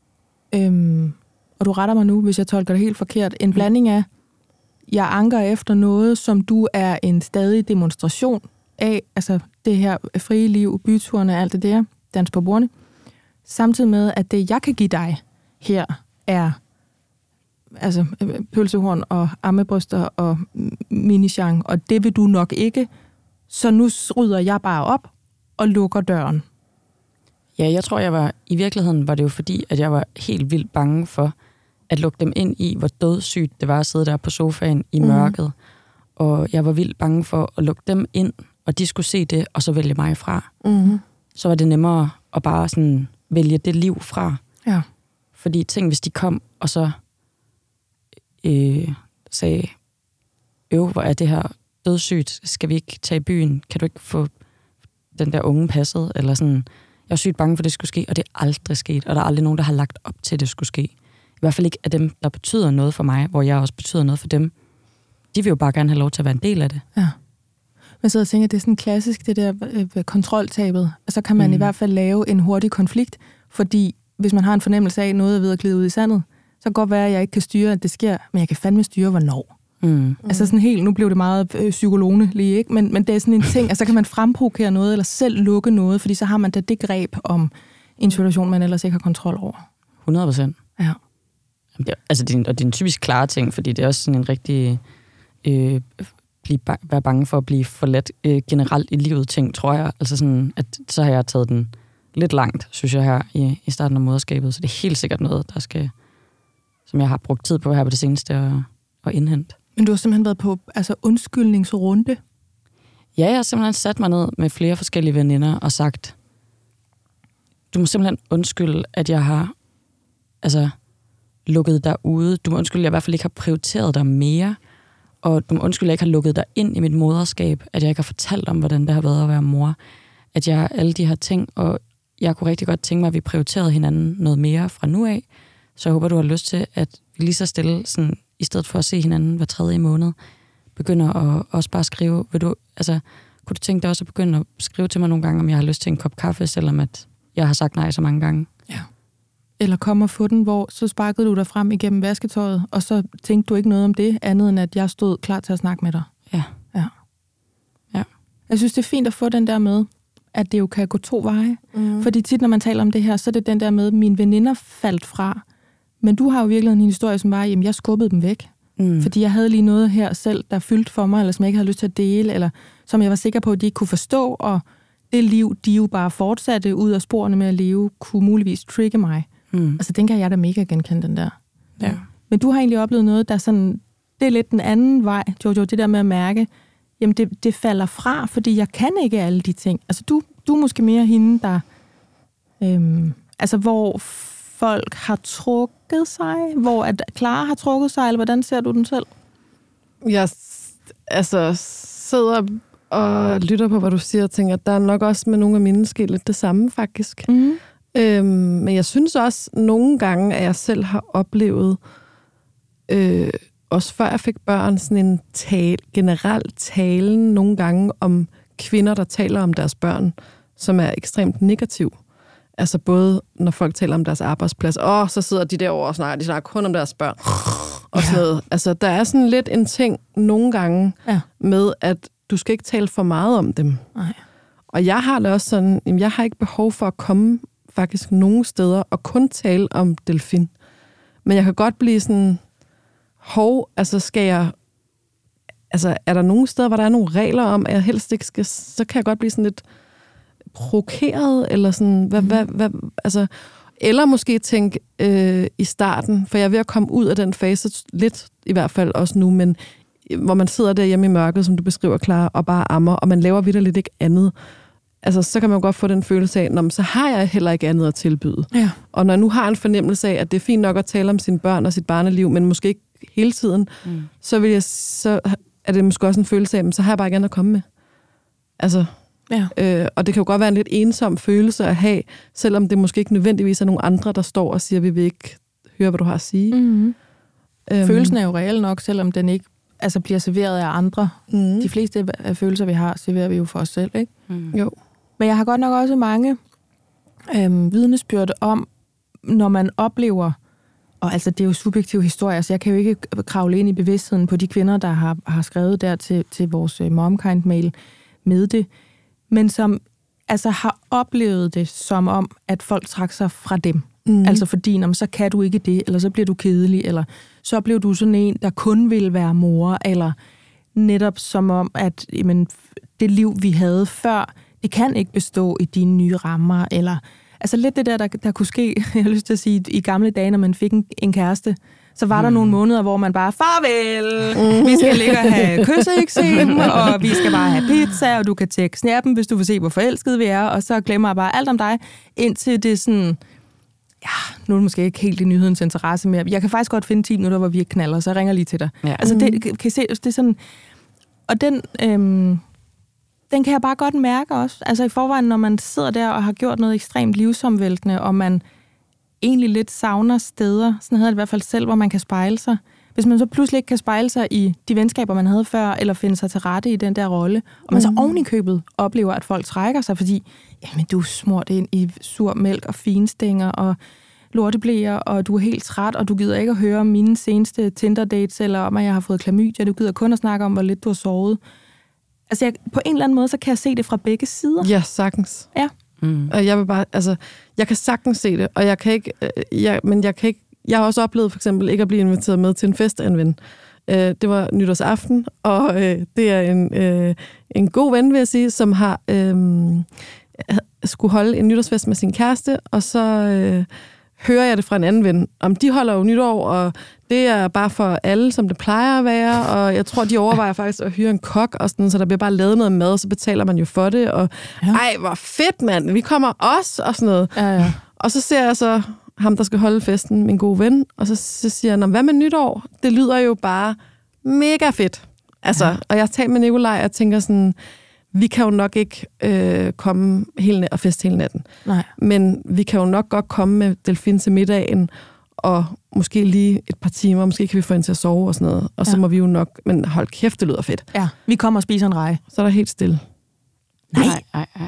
og du retter mig nu, hvis jeg tolker det helt forkert, en blanding af, jeg anker efter noget, som du er en stadig demonstration af, altså det her frie liv, byturene, alt det der, dans på bordene, samtidig med, at det, jeg kan give dig her, er altså pølsehorn og ammebryster og minichan, og det vil du nok ikke, så nu rydder jeg bare op og lukker døren. Ja, jeg tror, i virkeligheden var det jo fordi, at jeg var helt vildt bange for at lukke dem ind i, hvor dødssygt det var at sidde der på sofaen i mørket. Og jeg var vildt bange for at lukke dem ind, og de skulle se det, og så vælge mig fra. Mm-hmm. Så var det nemmere at bare sådan vælge det liv fra. Ja. Fordi tænk, hvis de kom, og så sagde, hvor er det her dødssygt? Skal vi ikke tage i byen? Kan du ikke få den der unge passet? Eller sådan. Jeg var sygt bange for, at det skulle ske, og det er aldrig sket. Og der er aldrig nogen, der har lagt op til, at det skulle ske. I hvert fald ikke af dem, der betyder noget for mig, hvor jeg også betyder noget for dem. De vil jo bare gerne have lov til at være en del af det. Ja. Men så tænker jeg, det er sådan klassisk, det der kontroltabet. Og så kan man i hvert fald lave en hurtig konflikt, fordi hvis man har en fornemmelse af, at noget er ved at glide ud i sandet, så kan det godt være, at jeg ikke kan styre, at det sker, men jeg kan fandme styre, hvornår. Altså sådan helt, nu blev det meget psykologene lige, ikke? Men det er sådan en ting, altså så kan man fremprovokere noget, eller selv lukke noget, fordi så har man da det greb om en situation, man ellers ikke har kontrol over. 100%. Ja. Altså, det er en typisk klare ting, fordi det er også sådan en rigtig være bange for at blive forladt generelt i livet ting, tror jeg. Altså sådan, at så har jeg taget den lidt langt, synes jeg, her i starten af moderskabet. Så det er helt sikkert noget, som jeg har brugt tid på her på det seneste at indhente. Men du har simpelthen været på undskyldningsrunde? Ja, jeg har simpelthen sat mig ned med flere forskellige veninder og sagt, du må simpelthen undskylde, at jeg har lukket dig ude. Du må undskylde, at jeg i hvert fald ikke har prioriteret dig mere. Og du må undskylde, at jeg ikke har lukket dig ind i mit moderskab. At jeg ikke har fortalt om, hvordan det har været at være mor. At jeg alle de her ting, og jeg kunne rigtig godt tænke mig, at vi prioriterede hinanden noget mere fra nu af. Så jeg håber, du har lyst til, at vi lige så stille, sådan, i stedet for at se hinanden hver 3. måned, begynder at også bare skrive. Kunne du tænke dig også at begynde at skrive til mig nogle gange, om jeg har lyst til en kop kaffe, selvom at jeg har sagt nej så mange gange? Ja. Eller kom og få den, hvor så sparkede du dig frem igennem vasketøjet, og så tænkte du ikke noget om det, andet end at jeg stod klar til at snakke med dig. Ja. Jeg synes, det er fint at få den der med, at det jo kan gå 2 veje. Fordi tit, når man taler om det her, så er det den der med, at mine veninder faldt fra. Men du har jo virkelig en historie, som var, jamen jeg skubbede dem væk. Fordi jeg havde lige noget her selv, der fyldte for mig, eller som jeg ikke havde lyst til at dele, eller som jeg var sikker på, at de ikke kunne forstå, og det liv, de jo bare fortsatte ud af sporene med at leve, kunne muligvis trigge mig. Altså, den kan jeg da mega genkende, den der. Ja. Men du har egentlig oplevet noget, der sådan, det er lidt den anden vej, Jojo, det der med at mærke, jamen det falder fra, fordi jeg kan ikke alle de ting. Altså, du er måske mere hende, der, hvor folk har trukket sig, hvor at Clara har trukket sig, eller hvordan ser du den selv? Jeg sidder og lytter på, hvad du siger, og tænker, at der er nok også med nogle af mine sket lidt det samme, faktisk. Men jeg synes også, nogle gange, at jeg selv har oplevet også før jeg fik børn, sådan en generelt talen nogle gange om kvinder, der taler om deres børn, som er ekstremt negativ. Altså både, når folk taler om deres arbejdsplads, så sidder de derovre og snakker, de snakker kun om deres børn. Og sådan noget. Altså, der er sådan lidt en ting nogle gange med, at du skal ikke tale for meget om dem. Nej. Og jeg har det også sådan, jeg har ikke behov for at komme faktisk nogen steder og kun tale om delfin. Men jeg kan godt blive sådan, er der nogle steder, hvor der er nogle regler om, at jeg helst ikke skal, så kan jeg godt blive sådan lidt provokeret, eller sådan, eller måske tænke i starten, for jeg er ved at komme ud af den fase, lidt i hvert fald også nu, men hvor man sidder der hjemme i mørket, som du beskriver, Clara, og bare ammer, og man laver vitterligt ikke andet. Altså, så kan man godt få den følelse af, så har jeg heller ikke andet at tilbyde. Ja. Og når jeg nu har en fornemmelse af, at det er fint nok at tale om sine børn og sit barneliv, men måske ikke hele tiden, så er det måske også en følelse af, så har jeg bare ikke andet at komme med. Altså, og det kan jo godt være en lidt ensom følelse at have, selvom det måske ikke nødvendigvis er nogen andre, der står og siger, vi vil ikke høre, hvad du har at sige. Mm-hmm. Følelsen er jo reel nok, selvom den ikke bliver serveret af andre. De fleste af følelser, vi har, serverer vi jo for os selv, ikke? Jo. Men jeg har godt nok også mange vidnesbyrd om, når man oplever, og altså det er jo subjektive historier, så jeg kan jo ikke kravle ind i bevidstheden på de kvinder, der har skrevet der til vores momkind-mail med det, men som altså har oplevet det som om, at folk trækker sig fra dem. Altså fordi, så kan du ikke det, eller så bliver du kedelig, eller så bliver du sådan en, der kun vil være mor, eller netop som om, at det liv, vi havde før, det kan ikke bestå i dine nye rammer, eller altså lidt det der kunne ske, jeg har lyst til at sige, i gamle dage, når man fik en kæreste, så var der nogle måneder, hvor man bare, farvel, vi skal ligge og have kysseeksem, og vi skal bare have pizza, og du kan tjekke snappen, hvis du vil se, hvor forelskede vi er, og så glemmer jeg bare alt om dig, indtil det sådan, nu er det måske ikke helt i nyhedens interesse mere. Jeg kan faktisk godt finde 10 minutter, hvor vi ikke knaller, så jeg ringer lige til dig. Ja. Altså, det kan I se, det er sådan, og den kan jeg bare godt mærke også. Altså i forvejen, når man sidder der og har gjort noget ekstremt livsomvæltende, og man egentlig lidt savner steder, sådan havde det i hvert fald selv, hvor man kan spejle sig. Hvis man så pludselig ikke kan spejle sig i de venskaber, man havde før, eller finde sig til rette i den der rolle, og man så oven i købet oplever, at folk trækker sig, fordi jamen, du er smurt ind i sur mælk og finstænger og lorteblæer, og du er helt træt, og du gider ikke at høre om mine seneste Tinder-dates, eller om, at jeg har fået klamydia. Du gider kun at snakke om, hvor lidt du har sovet. Altså, på en eller anden måde, så kan jeg se det fra begge sider. Ja, sagtens. Ja. Og jeg vil bare, jeg kan sagtens se det, og jeg kan ikke, jeg har også oplevet for eksempel ikke at blive inviteret med til en fest af en ven. Det var nytårsaften, og det er en god ven, vil jeg sige, som har skulle holde en nytårsfest med sin kæreste, og så hører jeg det fra en anden ven, om de holder jo nytår, og det er bare for alle, som det plejer at være, og jeg tror, de overvejer faktisk at hyre en kok, og sådan, så der bliver bare lavet noget mad, og så betaler man jo for det, og ej, hvor fedt, mand, vi kommer også, og sådan noget. Ja. Og så ser jeg så ham, der skal holde festen, min gode ven, og så siger han, hvad med nytår? Det lyder jo bare mega fedt. Altså, og jeg har talt med Nikolaj, og tænker sådan, vi kan jo nok ikke komme og feste hele natten. Nej. Men vi kan jo nok godt komme med delfin til middagen, og måske lige et par timer, måske kan vi få hende til at sove og sådan noget. Og så må vi jo nok, men hold kæft, det lyder fedt. Ja, vi kommer og spiser en reje. Så er der helt stille. Nej.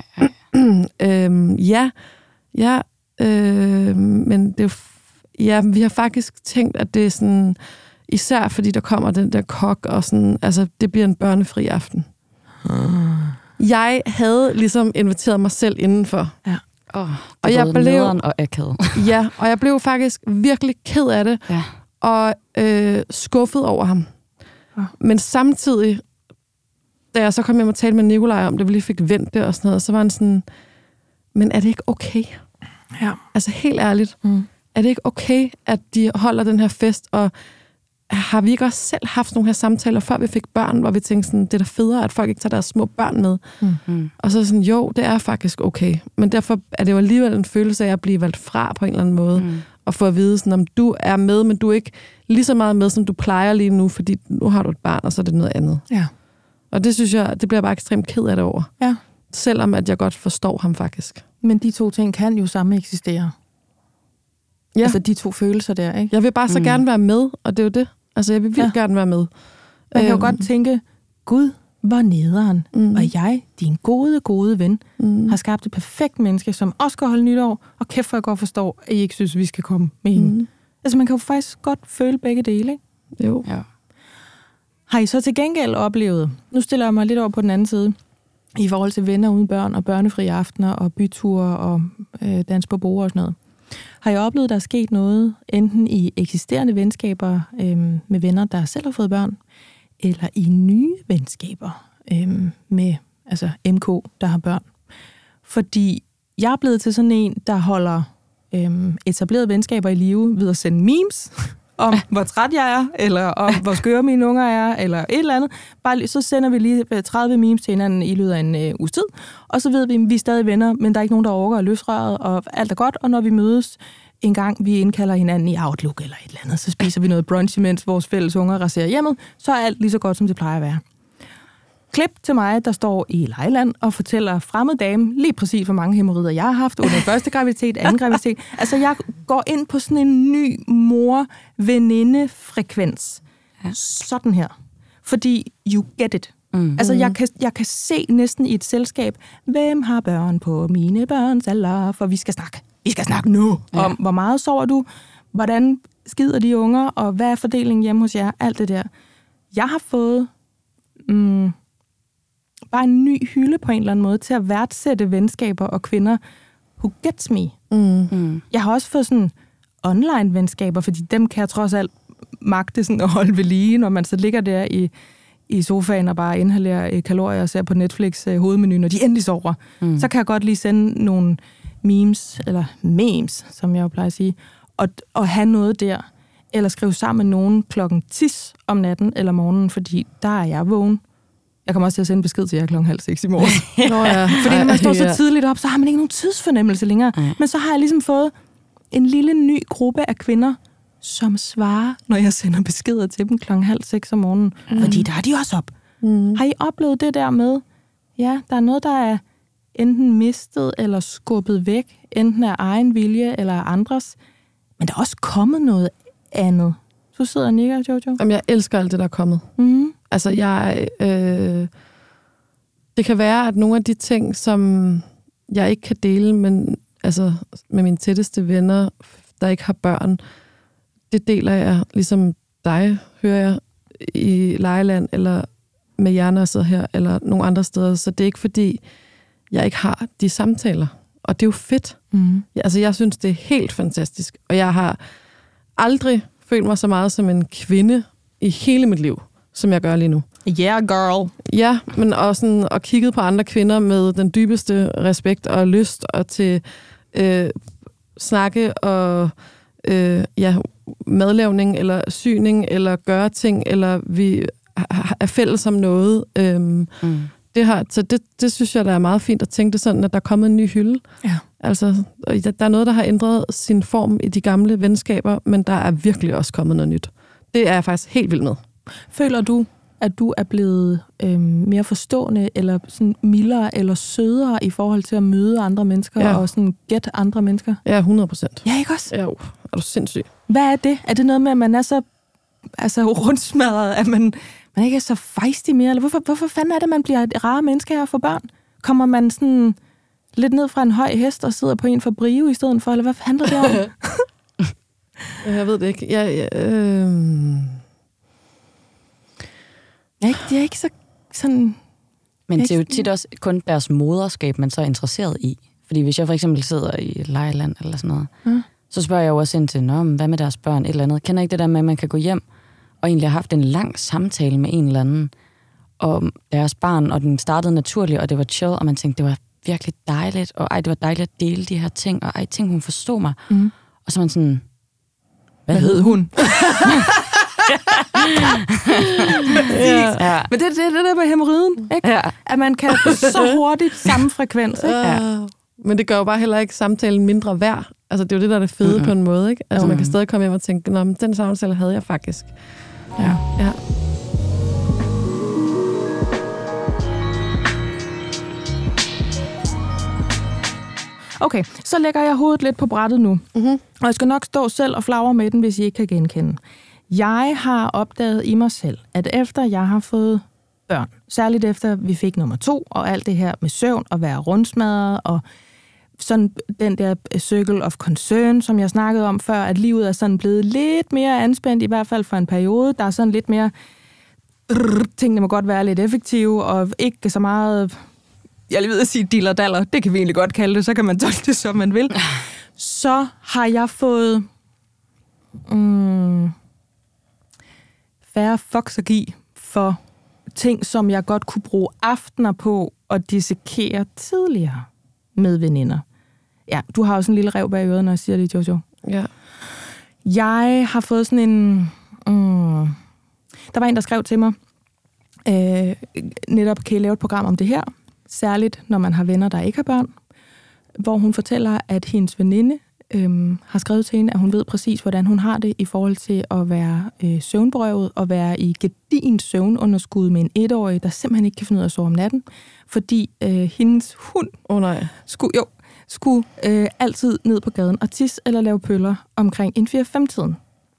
Men det vi har faktisk tænkt, at det er sådan, især fordi der kommer den der kok, og sådan, altså det bliver en børnefri aften. Jeg havde ligesom inviteret mig selv indenfor. Ja. Og jeg blev nederen og akavet. Ja, og jeg blev faktisk virkelig ked af det, og skuffet over ham. Men samtidig, da jeg så kom hjem og talte med Nikolaj om det, vi lige fik vendt det og sådan noget, så var han sådan, men er det ikke okay? Ja. Altså helt ærligt, er det ikke okay, at de holder den her fest, og har vi ikke også selv haft nogle her samtaler, før vi fik børn, hvor vi tænkte sådan, det er da federe, at folk ikke tager deres små børn med. Og så sådan, jo, det er faktisk okay. Men derfor er det jo alligevel en følelse af at blive valgt fra på en eller anden måde, og få at vide sådan, om du er med, men du er ikke lige så meget med, som du plejer lige nu, fordi nu har du et barn, og så er det noget andet. Ja. Og det synes jeg, det bliver jeg bare ekstremt ked af det over. Ja. Selvom at jeg godt forstår ham faktisk. Men de to ting kan jo samme eksistere. Ja. Altså de to følelser der, ikke? Jeg vil bare så gerne være med, og det er jo det. Altså, jeg vil vildt gerne være med. Man kan jo godt tænke, Gud, hvor nederen, og jeg, din gode ven, har skabt et perfekt menneske, som også skal holde nytår, og kæft for jeg godt forstår, at I ikke synes, vi skal komme med hende. Altså, man kan jo faktisk godt føle begge dele, ikke? Jo. Ja. Har I så til gengæld oplevet, nu stiller jeg mig lidt over på den anden side, i forhold til venner uden børn, og børnefri aftener, og byture, og dans på bord og sådan noget. Har I oplevet, der er sket noget, enten i eksisterende venskaber med venner, der selv har fået børn, eller i nye venskaber med altså MK, der har børn? Fordi jeg er blevet til sådan en, der holder etablerede venskaber i live ved at sende memes om, hvor træt jeg er, eller om, hvor skøre mine unger er, eller et eller andet. Bare så sender vi lige 30 memes til hinanden i løbet af en uges tid, og så ved vi, at vi er stadig venner, men der er ikke nogen, der overgår at løse røret, og alt er godt, og når vi mødes en gang, vi indkalder hinanden i Outlook eller et eller andet, så spiser vi noget brunch, imens vores fælles unger raserer hjemmet, så er alt lige så godt, som det plejer at være. Klip til mig, der står i Lejland og fortæller fremmed dame lige præcis, hvor mange hæmorrider jeg har haft under første graviditet, anden graviditet. Altså, jeg går ind på sådan en ny mor-veninde-frekvens. Ja. Sådan her. Fordi you get it. Altså, jeg kan se næsten i et selskab, hvem har børn på mine børns alder, for vi skal snakke. Vi skal snakke nu om, hvor meget sover du, hvordan skider de unger, og hvad er fordelingen hjemme hos jer, alt det der. Jeg har fået bare en ny hylde på en eller anden måde til at værdsætte venskaber og kvinder who gets me. Jeg har også fået sådan online-venskaber, fordi dem kan jeg trods alt magte sådan at holde ved lige, når man så ligger der i sofaen og bare inhalerer kalorier og ser på Netflix hovedmenu, når de endelig sover. Så kan jeg godt lige sende nogle memes, eller memes, som jeg jo plejer at sige, og have noget der, eller skrive sammen med nogen klokken 10 om natten eller morgenen, fordi der er jeg vågen. Jeg kommer også til at sende besked til jer klokken 5:30 i morgen. Nå ja. Fordi når man står så tidligt op, så har man ikke nogen tidsfornemmelse længere. Men så har jeg ligesom fået en lille ny gruppe af kvinder, som svarer, når jeg sender beskeder til dem klokken 5:30 om morgenen. Fordi der er de også op. Har I oplevet det der med, ja, der er noget, der er enten mistet eller skubbet væk, enten af egen vilje eller af andres, men der er også kommet noget andet. Du sidder og nikker, Jojo. Jamen, jeg elsker alt det, der er kommet. Altså, det kan være, at nogle af de ting, som jeg ikke kan dele, men altså med mine tætteste venner, der ikke har børn, det deler jeg, ligesom dig, hører jeg, i Lejland, eller med jer, der sidder her, eller nogle andre steder. Så det er ikke fordi, jeg ikke har de samtaler. Og det er jo fedt. Altså, jeg synes, det er helt fantastisk. Og jeg har aldrig følt mig så meget som en kvinde i hele mit liv, som jeg gør lige nu. Yeah, girl. Ja, men også sådan, og kigget på andre kvinder med den dybeste respekt og lyst, og til snakke og madlavning, eller syning, eller gøre ting, eller vi er fælles om noget. Det synes jeg, der er meget fint at tænke det sådan, at der er kommet en ny hylde. Ja. Altså, der er noget, der har ændret sin form i de gamle venskaber, men der er virkelig også kommet noget nyt. Det er jeg faktisk helt vild med. Føler du, at du er blevet mere forstående, eller sådan mildere, eller sødere i forhold til at møde andre mennesker, og sådan gætte andre mennesker? Ja, 100%. Ja, ikke også? Ja, er du sindssyg. Hvad er det? Er det noget med, at man er så rundsmadret, at man ikke er så fejstig mere? Eller hvorfor fanden er det, man bliver et rare menneske her for børn? Kommer man sådan lidt ned fra en høj hest og sidder på en fabrive i stedet for, eller hvad handler det om? Jeg ved det ikke. Det er ikke så sådan... Men det er jo tit også kun deres moderskab, man så er interesseret i. Fordi hvis jeg for eksempel sidder i Lejland eller sådan noget, så spørger jeg jo også ind til, hvad med deres børn, et eller andet. Kender ikke det der med, at man kan gå hjem og egentlig have haft en lang samtale med en eller anden om deres barn, og den startede naturligt, og det var chill, og man tænkte, det var virkelig dejligt, og det var dejligt at dele de her ting, og tænk, hun forstod mig. Og så man sådan, hvad hed hun? Ja. Men det er det der med hæmorriden, ikke? Ja. At man kan så hurtigt samme frekvens, ikke? Ja. Men det gør jo bare heller ikke samtalen mindre værd. Altså, det er jo det, der er det fede på en måde, ikke? Altså, man kan stadig komme hjem og tænke, men den samtale havde jeg faktisk. Ja. Okay, så lægger jeg hovedet lidt på brættet nu. Og jeg skal nok stå selv og flagre med den, hvis I ikke kan genkende. Jeg har opdaget i mig selv, at efter jeg har fået børn, særligt efter vi fik nummer 2, og alt det her med søvn og være rundsmadret, og sådan den der circle of concern, som jeg snakkede om før, at livet er sådan blevet lidt mere anspændt, i hvert fald for en periode. Der er sådan lidt mere, tingene må godt være lidt effektive, og ikke så meget, jeg lige ved at sige diller-daller, det kan vi egentlig godt kalde det, så kan man tolke det, som man vil. Så har jeg fået færre fucks at give for ting, som jeg godt kunne bruge aftener på at dissekere tidligere med veninder. Ja, du har jo sådan en lille rev bag øret, når jeg siger det, Jojo. Ja. Jeg har fået sådan en... Der var en, der skrev til mig, netop kan I lave et program om det her, særligt når man har venner, der ikke har børn, hvor hun fortæller, at hendes veninde har skrevet til hende, at hun ved præcis, hvordan hun har det i forhold til at være søvnberøvet og være i gedigen søvnunderskud med en 1-årig, der simpelthen ikke kan finde ud af at sove om natten, fordi hendes hund skulle altid ned på gaden og tisse eller lave pøller omkring en 4-5-tiden.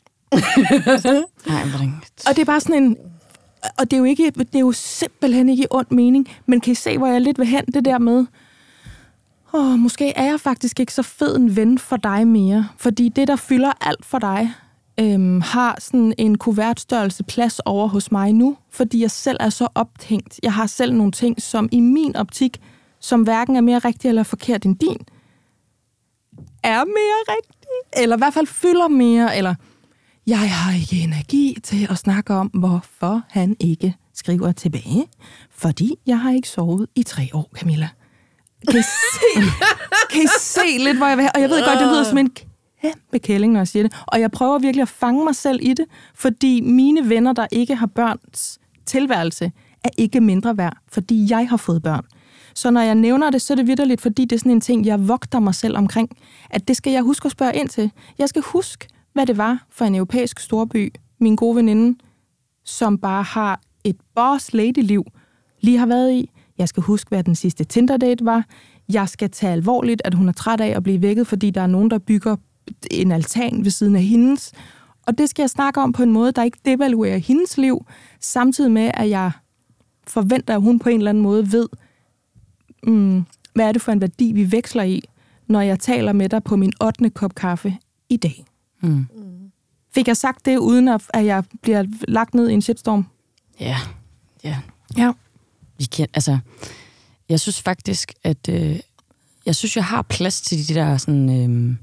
Nej, hvordan? Og det er bare sådan en... Og det er jo simpelthen ikke i ond mening, men kan I se, hvor jeg lidt vil hen det der med... måske er jeg faktisk ikke så fed en ven for dig mere, fordi det, der fylder alt for dig, har sådan en kuvertstørrelse plads over hos mig nu, fordi jeg selv er så optænkt. Jeg har selv nogle ting, som i min optik, som hverken er mere rigtig eller forkert end din, er mere rigtig, eller i hvert fald fylder mere, eller jeg har ikke energi til at snakke om, hvorfor han ikke skriver tilbage, fordi jeg har ikke sovet i 3 år, Camilla. Kan I se lidt, hvor jeg vil have? Og jeg ved godt, det lyder som en kæmpe kælling, når jeg siger det. Og jeg prøver virkelig at fange mig selv i det, fordi mine venner, der ikke har børns tilværelse, er ikke mindre værd, fordi jeg har fået børn. Så når jeg nævner det, så er det vitterligt, fordi det er sådan en ting, jeg vogter mig selv omkring. At det skal jeg huske at spørge ind til. Jeg skal huske, hvad det var for en europæisk storby, min gode veninde, som bare har et boss lady-liv, lige har været i. Jeg skal huske, hvad den sidste Tinder-date var. Jeg skal tage alvorligt, at hun er træt af at blive vækket, fordi der er nogen, der bygger en altan ved siden af hendes. Og det skal jeg snakke om på en måde, der ikke devaluerer hendes liv, samtidig med, at jeg forventer, at hun på en eller anden måde ved, hvad er det for en værdi, vi veksler i, når jeg taler med dig på min 8. kop kaffe i dag. Fik jeg sagt det, uden at jeg bliver lagt ned i en shitstorm? Ja. Jeg synes faktisk, at jeg har plads til de der sådan,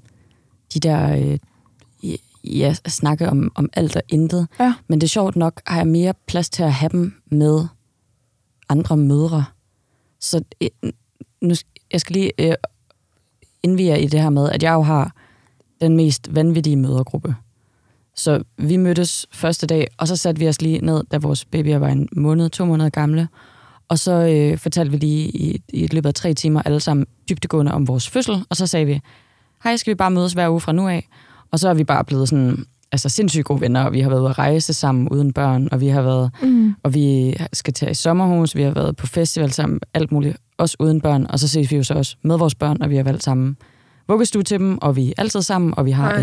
snakke om alt og intet. Ja. Men det er sjovt nok, har jeg mere plads til at have dem med andre mødre. Så nu, jeg skal lige indvie i det her med, at jeg jo har den mest vanvittige mødregruppe. Så vi mødtes første dag, og så satte vi os lige ned, da vores babyer var 2 måneder gamle. Og så fortalte vi lige i løbet af 3 timer alle sammen dybdegående om vores fødsel. Og så sagde vi, hej, skal vi bare mødes hver uge fra nu af? Og så er vi bare blevet sådan, sindssygt gode venner, og vi har været ude at rejse sammen uden børn, og vi har været, og vi skal tage i sommerhus, vi har været på festival sammen, alt muligt, også uden børn. Og så ses vi jo så også med vores børn, og vi har valgt sammen vuggestue til dem, og vi er altid sammen, og vi har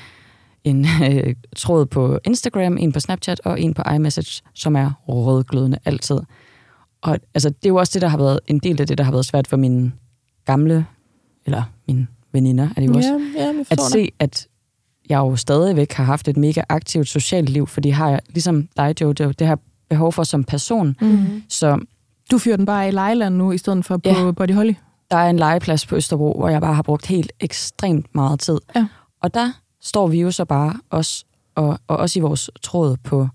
en tråd på Instagram, en på Snapchat og en på iMessage, som er rødglødende altid. Og det er jo også det, der har været en del af det, der har været svært for mine gamle, eller mine veninder, er det jo også, at se, at jeg jo stadigvæk har haft et mega aktivt socialt liv, fordi har jeg, ligesom dig, Jojo, det har behov for som person. Så du fyrer den bare i Lejeland nu, i stedet for på Body Holly? Der er en legeplads på Østerbro, hvor jeg bare har brugt helt ekstremt meget tid. Ja. Og der står vi jo så bare også, og også i vores tråd på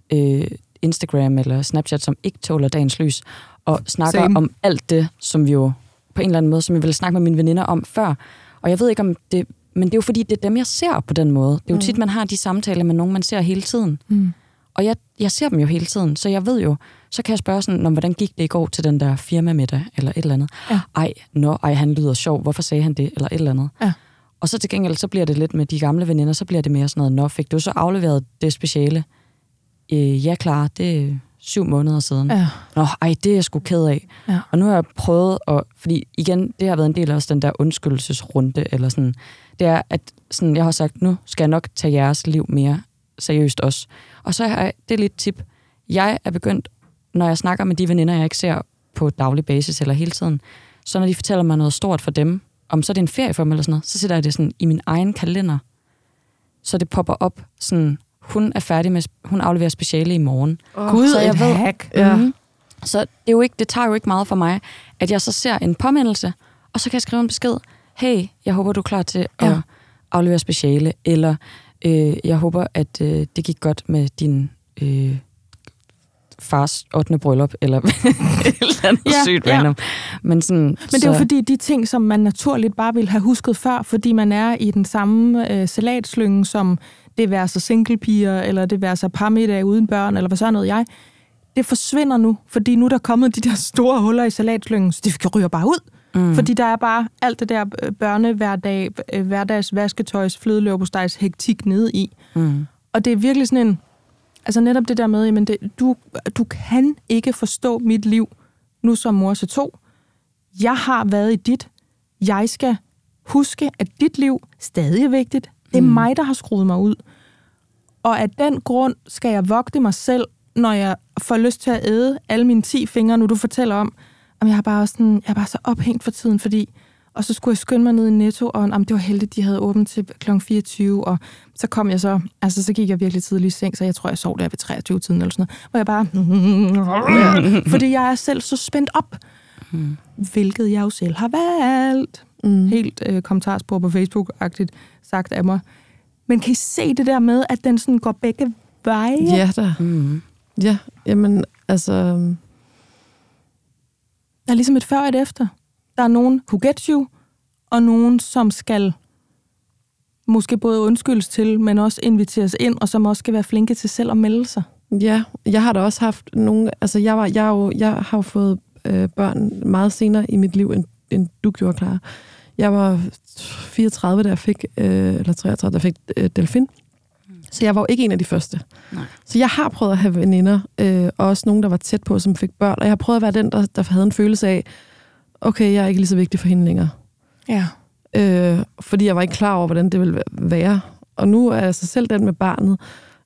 Instagram eller Snapchat, som ikke tåler dagens lys, og snakker om alt det, som vi jo på en eller anden måde, som jeg ville snakke med mine veninder om før. Og jeg ved ikke om det, men det er jo fordi, det er dem, jeg ser på den måde. Det er jo tit, man har de samtaler med nogen, man ser hele tiden. Og jeg ser dem jo hele tiden, så jeg ved jo, så kan jeg spørge sådan, hvordan gik det i går til den der firmamiddag, eller et eller andet. Ja. Han lyder sjov, hvorfor sagde han det, eller et eller andet. Ja. Og så til gengæld, så bliver det lidt med de gamle veninder, så bliver det mere sådan noget, fik du så afleveret det speciale? Ja, klar, det er 7 måneder siden. Ja. Det er jeg sgu ked af. Ja. Og nu har jeg prøvet, fordi igen, det har været en del af også den der undskyldelsesrunde, eller sådan, det er, at sådan, jeg har sagt, nu skal jeg nok tage jeres liv mere seriøst også. Og så har jeg, det er lidt tip. Jeg er begyndt, når jeg snakker med de veninder, jeg ikke ser på daglig basis eller hele tiden, så når de fortæller mig noget stort for dem, om så er det en ferie for dem eller sådan noget, så sætter jeg det sådan i min egen kalender, så det popper op sådan, hun er færdig med, hun afleverer speciale i morgen. Gud, så jeg et ved, hack. Ja. Så det tager jo ikke meget for mig, at jeg så ser en påmindelse, og så kan jeg skrive en besked. Hey, jeg håber, du er klar til at aflevere speciale, eller jeg håber, at det gik godt med din fars 8. bryllup, eller et eller andet sygt random. Men det er jo fordi, de ting, som man naturligt bare ville have husket før, fordi man er i den samme salatslynge, som det være så singlepiger, eller det være så parmiddag uden børn, eller hvad så noget jeg, det forsvinder nu, fordi nu er der kommet de der store huller i salatslyngen, så det ryger bare ud. Fordi der er bare alt det der børnehverdag, hverdags vasketøjs, flødeløberstejs hektik nede i. Og det er virkelig sådan en, altså netop det der med, jamen du kan ikke forstå mit liv nu som mor til 2. Jeg har været i dit. Jeg skal huske, at dit liv stadig er vigtigt. Det er mig, der har skruet mig ud. Og af den grund skal jeg vogte mig selv, når jeg får lyst til at æde alle mine 10 fingre, nu du fortæller om, jeg er bare så ophængt for tiden, fordi, og så skulle jeg skynde mig ned i Netto, og det var heldigt, de havde åbent til kl. 24, og så kom jeg så gik jeg virkelig tidligt i seng, så jeg tror, jeg sov der ved 23-tiden eller sådan noget, hvor jeg bare, fordi jeg er selv så spændt op, hvilket jeg jo selv har valgt. Helt kommentarspor på Facebook-agtigt sagt af mig. Men kan I se det der med, at den sådan går begge veje? Ja, da. Ja, jamen, altså... Der er ligesom et før og et efter. Der er nogen, who gets you, og nogen, som skal måske både undskyldes til, men også inviteres ind, og som også skal være flinke til selv at melde sig. Ja, jeg har da også haft nogle... Altså, jeg har jo fået børn meget senere i mit liv, end du gjorde, Clara. Jeg var 34, da jeg fik... eller 33, da jeg fik Delfin. Så jeg var jo ikke en af de første. Nej. Så jeg har prøvet at have veninder, og også nogen, der var tæt på, som fik børn. Og jeg har prøvet at være den, der havde en følelse af, okay, jeg er ikke lige så vigtig for hende længere. Ja. Fordi jeg var ikke klar over, hvordan det ville være. Og nu er jeg så selv den med barnet.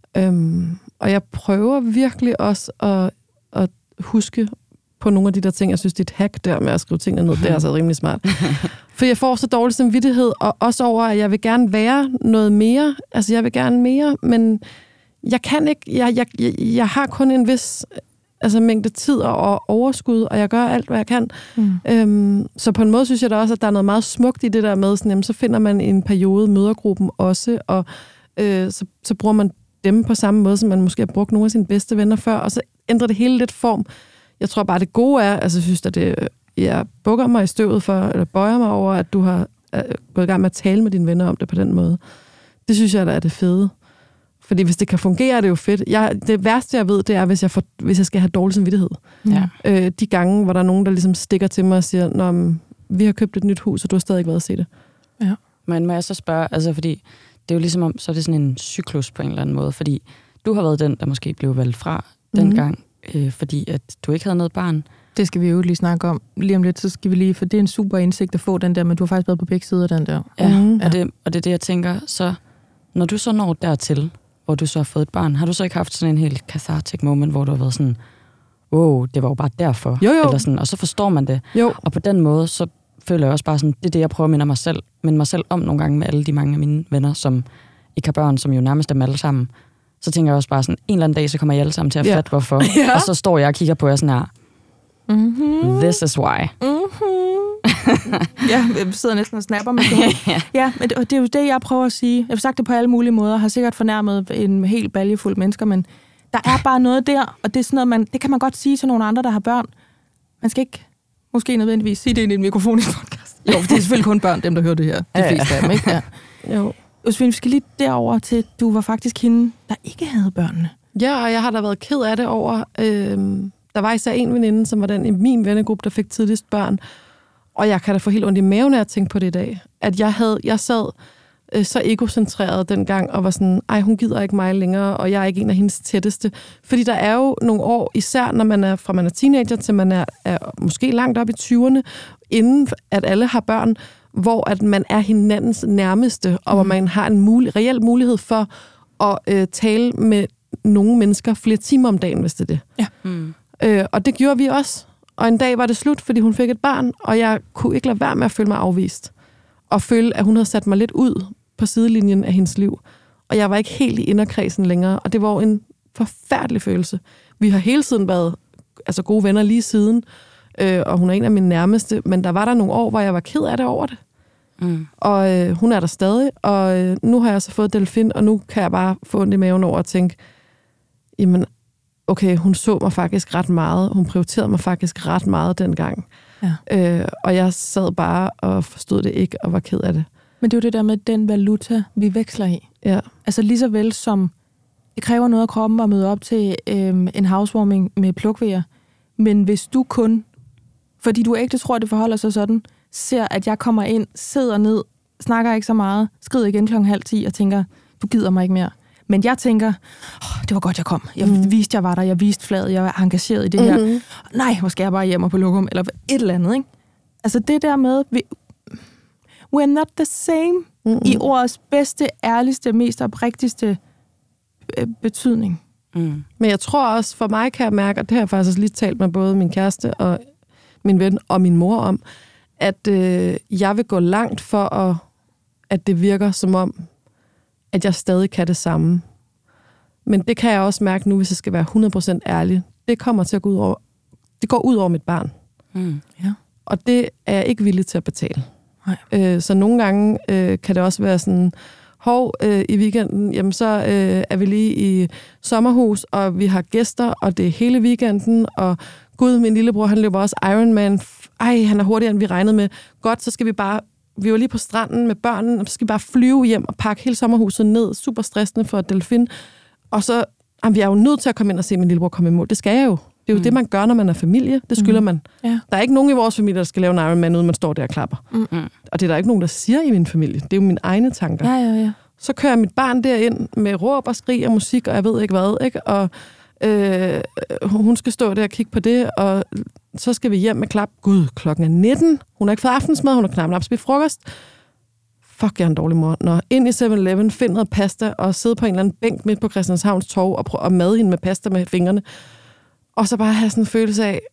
Og jeg prøver virkelig også at huske på nogle af de der ting. Jeg synes, det er et hack der med at skrive tingene ned. Det er altså rimelig smart. For jeg får så dårlig samvittighed, og også over, at jeg vil gerne være noget mere. Altså, jeg vil gerne mere, men jeg kan ikke. Jeg har kun en vis mængde tid og overskud, og jeg gør alt, hvad jeg kan. Så på en måde synes jeg da også, at der er noget meget smukt i det der med, sådan, jamen, så finder man en periode mødergruppen også, og så bruger man dem på samme måde, som man måske har brugt nogle af sine bedste venner før, og så ændrer det hele lidt form. Jeg tror bare, det gode er, altså jeg synes, at jeg bukker mig i støvet for, eller bøjer mig over, at du har gået i gang med at tale med dine venner om det på den måde. Det synes jeg, der er det fede. Fordi hvis det kan fungere, er det jo fedt. Det værste, jeg ved, det er, hvis jeg skal have dårlig samvittighed. Ja. De gange, hvor der er nogen, der ligesom stikker til mig og siger, nå, vi har købt et nyt hus, og du har stadig ikke været at se det. Ja. Men må jeg så spørge, altså fordi det er jo ligesom om, så er det sådan en cyklus på en eller anden måde, fordi du har været den, der måske blev valgt fra dengang, fordi at du ikke havde noget barn. Det skal vi jo lige snakke om. Lige om lidt, så skal vi lige, for det er en super indsigt at få den der, men du har faktisk været på begge sider den der. Ja, og det er det, jeg tænker. Så når du så når dertil, hvor du så har fået et barn, har du så ikke haft sådan en helt cathartic moment, hvor du har været sådan, wow, det var jo bare derfor. Jo. Eller sådan, og så forstår man det. Jo. Og på den måde, så føler jeg også bare sådan, det er det, jeg prøver at minde mig selv om nogle gange med alle de mange af mine venner, som ikke har børn, som jo nærmest er dem alle sammen. Så tænker jeg også bare sådan, en eller anden dag, så kommer I alle sammen til at fatte, hvorfor. Ja. Og så står jeg og kigger på jer sådan her, this is why. Ja, jeg sidder næsten og snapper med det. Ja, men det er jo det, jeg prøver at sige. Jeg har sagt det på alle mulige måder, har sikkert fornærmet en helt baljefuld mennesker, men der er bare noget der, og det er sådan noget, det kan man godt sige til nogle andre, der har børn. Man skal ikke måske nødvendigvis sige det i en mikrofon i podcast. Jo, for det er selvfølgelig kun børn, dem der hører det her. De fleste af dem, ikke? Ja. Jo. Josefine, vi skal lige derover til, du var faktisk hende, der ikke havde børnene. Ja, og jeg har da været ked af det over. Der var især en veninde, som var den i min vennegruppe, der fik tidligst børn. Og jeg kan da få helt ondt i maven af at tænke på det i dag. At jeg sad så egocentreret dengang, og var sådan, hun gider ikke mig længere, og jeg er ikke en af hendes tætteste. Fordi der er jo nogle år, især når man er teenager, til man er måske langt op i 20'erne, inden at alle har børn, hvor at man er hinandens nærmeste, og hvor man har en reel mulighed for og tale med nogle mennesker flere timer om dagen, hvis det er det. Ja. Og det gjorde vi også. Og en dag var det slut, fordi hun fik et barn, og jeg kunne ikke lade være med at føle mig afvist. Og føle, at hun havde sat mig lidt ud på sidelinjen af hendes liv. Og jeg var ikke helt i inderkredsen længere, og det var en forfærdelig følelse. Vi har hele tiden været gode venner lige siden, og hun er en af mine nærmeste, men der var der nogle år, hvor jeg var ked af det over det. Og hun er der stadig, og nu har jeg så fået Delfin, og nu kan jeg bare få ondt i maven over at tænke, jamen, okay, hun så mig faktisk ret meget, hun prioriterede mig faktisk ret meget dengang. Ja. Og jeg sad bare og forstod det ikke, og var ked af det. Men det er jo det der med den valuta, vi veksler i. Ja. Altså lige så vel som det kræver noget af kroppen at møde op til en housewarming med plukvejer. Men hvis du kun, fordi du ægte tror, det forholder sig sådan, ser, at jeg kommer ind, sidder ned, snakker ikke så meget, skrider igen 9:30 og tænker, du gider mig ikke mere. Men jeg tænker, det var godt, jeg kom. Jeg viste, jeg var der. Jeg viste flaget. Jeg var engageret i det her. Nej, hvor skal jeg bare hjem og på lokum? Eller et eller andet, ikke? Altså det der med, we're not the same i ordets bedste, ærligste, mest oprigtigste betydning. Men jeg tror også, for mig kan jeg mærke, og det har jeg faktisk lige talt med både min kæreste og min ven og min mor om, at jeg vil gå langt for, at det virker som om, at jeg stadig kan det samme. Men det kan jeg også mærke nu, hvis jeg skal være 100% ærlig. Det kommer til at gå ud over, det går ud over mit barn. Ja. Og det er jeg ikke villig til at betale. Så nogle gange kan det også være sådan, i weekenden, jamen så er vi lige i sommerhus, og vi har gæster, og det er hele weekenden, og gud, min lillebror, han løber også Ironman. Han er hurtigere, end vi regnede med. Godt, så skal vi bare, vi var lige på stranden med børnene, og så skal vi bare flyve hjem og pakke hele sommerhuset ned. Super stressende for Delfin. Og så, vi er jo nødt til at komme ind og se min lillebror komme i mål. Det skal jeg jo. Det er jo det, man gør, når man er familie. Det skylder man. Ja. Der er ikke nogen i vores familie, der skal lave en Ironman, uden man står der og klapper. Og det er der ikke nogen, der siger i min familie. Det er jo mine egne tanker. Ja. Så kører mit barn derind med råb og skrig og musik, og jeg ved ikke hvad, ikke? Og hun skal stå der og kigge på det, og så skal vi hjem med klap. Gud, klokken er 19. Hun har ikke fået aftensmad, hun har knap spist frokost. Fuck, jeg er en dårlig mor. Nå, ind i 7-Eleven, find noget pasta, og sidde på en eller anden bænk midt på Christianshavns Torv, og prøve at made hende med pasta med fingrene. Og så bare have sådan en følelse af,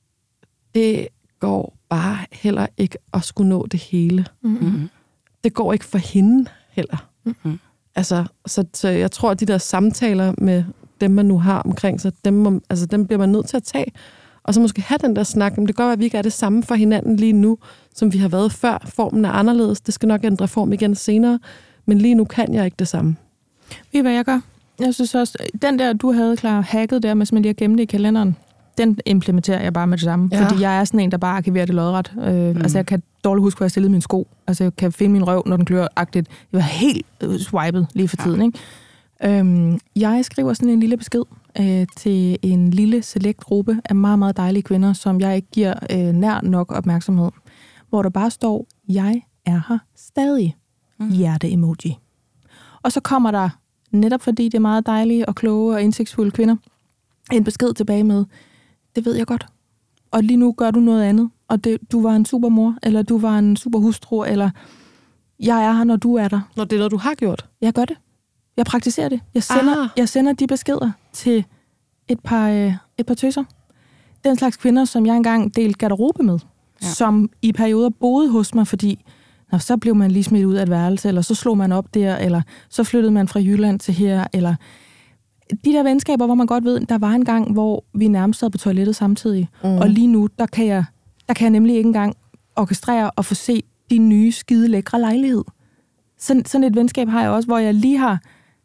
det går bare heller ikke at skulle nå det hele. Det går ikke for hende heller. Altså, så jeg tror, at de der samtaler med dem, man nu har omkring sig, dem bliver man nødt til at tage. Og så måske have den der snak, men det kan godt være, at vi ikke er det samme for hinanden lige nu, som vi har været før. Formen er anderledes. Det skal nok ændre form igen senere. Men lige nu kan jeg ikke det samme. Ved I, hvad jeg gør? Jeg synes også, den der, du havde klar hacket der, med lige at gemme det i kalenderen, den implementerer jeg bare med det samme. Ja. Fordi jeg er sådan en, der bare arkiverer det lodret. Altså, jeg kan dårligt huske, hvor jeg stillede mine sko. Altså, jeg kan finde min røv, når den klør-agtigt. Jeg var helt swipet lige for tiden, ikke? Jeg skriver sådan en lille besked til en lille select gruppe af meget, meget dejlige kvinder, som jeg ikke giver nær nok opmærksomhed. Hvor der bare står, jeg er her stadig. Hjerte-emoji. Og så kommer der, netop fordi det er meget dejlige og kloge og indsigtsfulde kvinder, en besked tilbage med, det ved jeg godt. Og lige nu gør du noget andet. Og du var en super mor, eller du var en super hustru, eller jeg er her, når du er der. Når det er noget, du har gjort? Jeg gør det. Jeg praktiserer det. Jeg sender de beskeder til et par tøser. Den slags kvinder, som jeg engang delte garderobe med, som i perioder boede hos mig, fordi så blev man lige smidt ud af et værelse, eller så slog man op der, eller så flyttede man fra Jylland til her, eller de der venskaber, hvor man godt ved, der var en gang, hvor vi nærmest sad på toilettet samtidig. Og lige nu, der kan jeg nemlig ikke engang orkestrere og få se din nye skide lækre lejlighed. Sådan et venskab har jeg også, hvor jeg lige har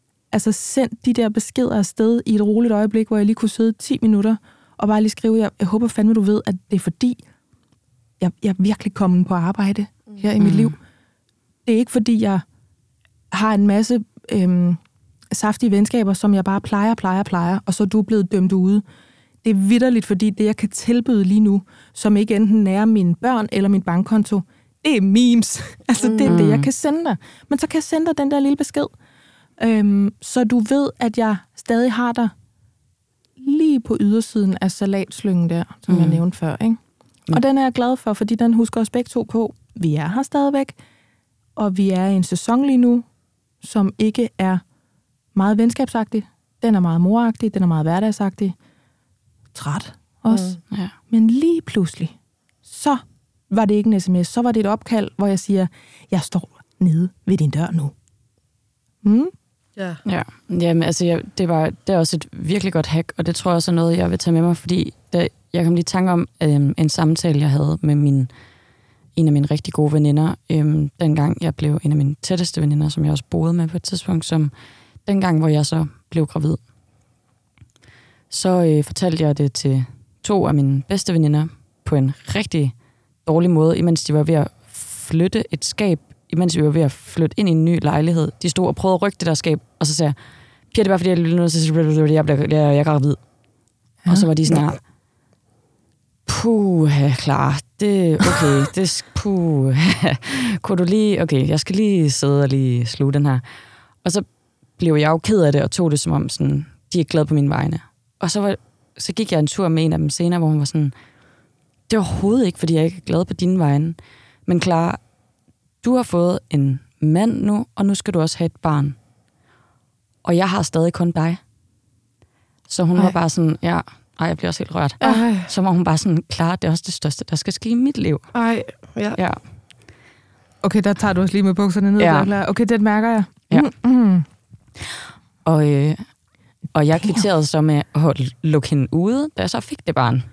sendt de der beskeder afsted i et roligt øjeblik, hvor jeg lige kunne sidde 10 minutter og bare lige skrive, jeg håber fandme, du ved, at det er fordi, jeg er virkelig kommet på arbejde her i mit liv. Det er ikke fordi, jeg har en masse saftige venskaber, som jeg bare plejer, og så er du blevet dømt ude. Det er vitterligt, fordi det, jeg kan tilbyde lige nu, som ikke enten nærer mine børn eller min bankkonto, det er memes. Det er det, jeg kan sende dig. Men så kan jeg sende dig den der lille besked, så du ved, at jeg stadig har dig lige på ydersiden af salatslyngen der, som jeg nævnte før, ikke? Og den er jeg glad for, fordi den husker os begge to på. Vi er her stadigvæk, og vi er i en sæson lige nu, som ikke er meget venskabsagtig, den er meget moragtig, den er meget hverdagsagtig, træt også. Ja. Men lige pludselig, så var det ikke en sms, så var det et opkald, hvor jeg siger, jeg står nede ved din dør nu. Ja. Ja, jamen, altså, det er også et virkelig godt hack, og det tror jeg også er noget, jeg vil tage med mig, fordi jeg kom lige i tanke om en samtale, jeg havde med en af mine rigtig gode veninder, dengang jeg blev en af mine tætteste veninder, som jeg også boede med på et tidspunkt, som dengang, hvor jeg så blev gravid. Så fortalte jeg det til 2 af mine bedste veninder på en rigtig dårlig måde, imens de var ved at flytte et skab, imens vi var ved at flytte ind i en ny lejlighed. De stod og prøvede at rykke det der skab, og så sagde jeg, Pia, det er bare fordi, jeg er gravid. Ja. Og så var de sådan her, klar, det okay, det kunne du lige, okay, jeg skal lige sidde og lige sluge den her. Og så blev jeg jo ked af det, og tog det som om, sådan, de er glade på mine vegne. Og så gik jeg en tur med en af dem senere, hvor hun var sådan, det er overhovedet ikke, fordi jeg ikke er glad på dine vegne. Men Clara, du har fået en mand nu, og nu skal du også have et barn. Og jeg har stadig kun dig. Så hun var bare sådan, jeg bliver også helt rørt. Så var hun bare sådan, Clara, det er også det største, der skal ske i mit liv. Ja. Okay, der tager du også lige med bukserne ned. Ja. Okay, det mærker jeg. Ja. Og jeg kvitterede så med at lukke hende ude, da jeg så fik det barn.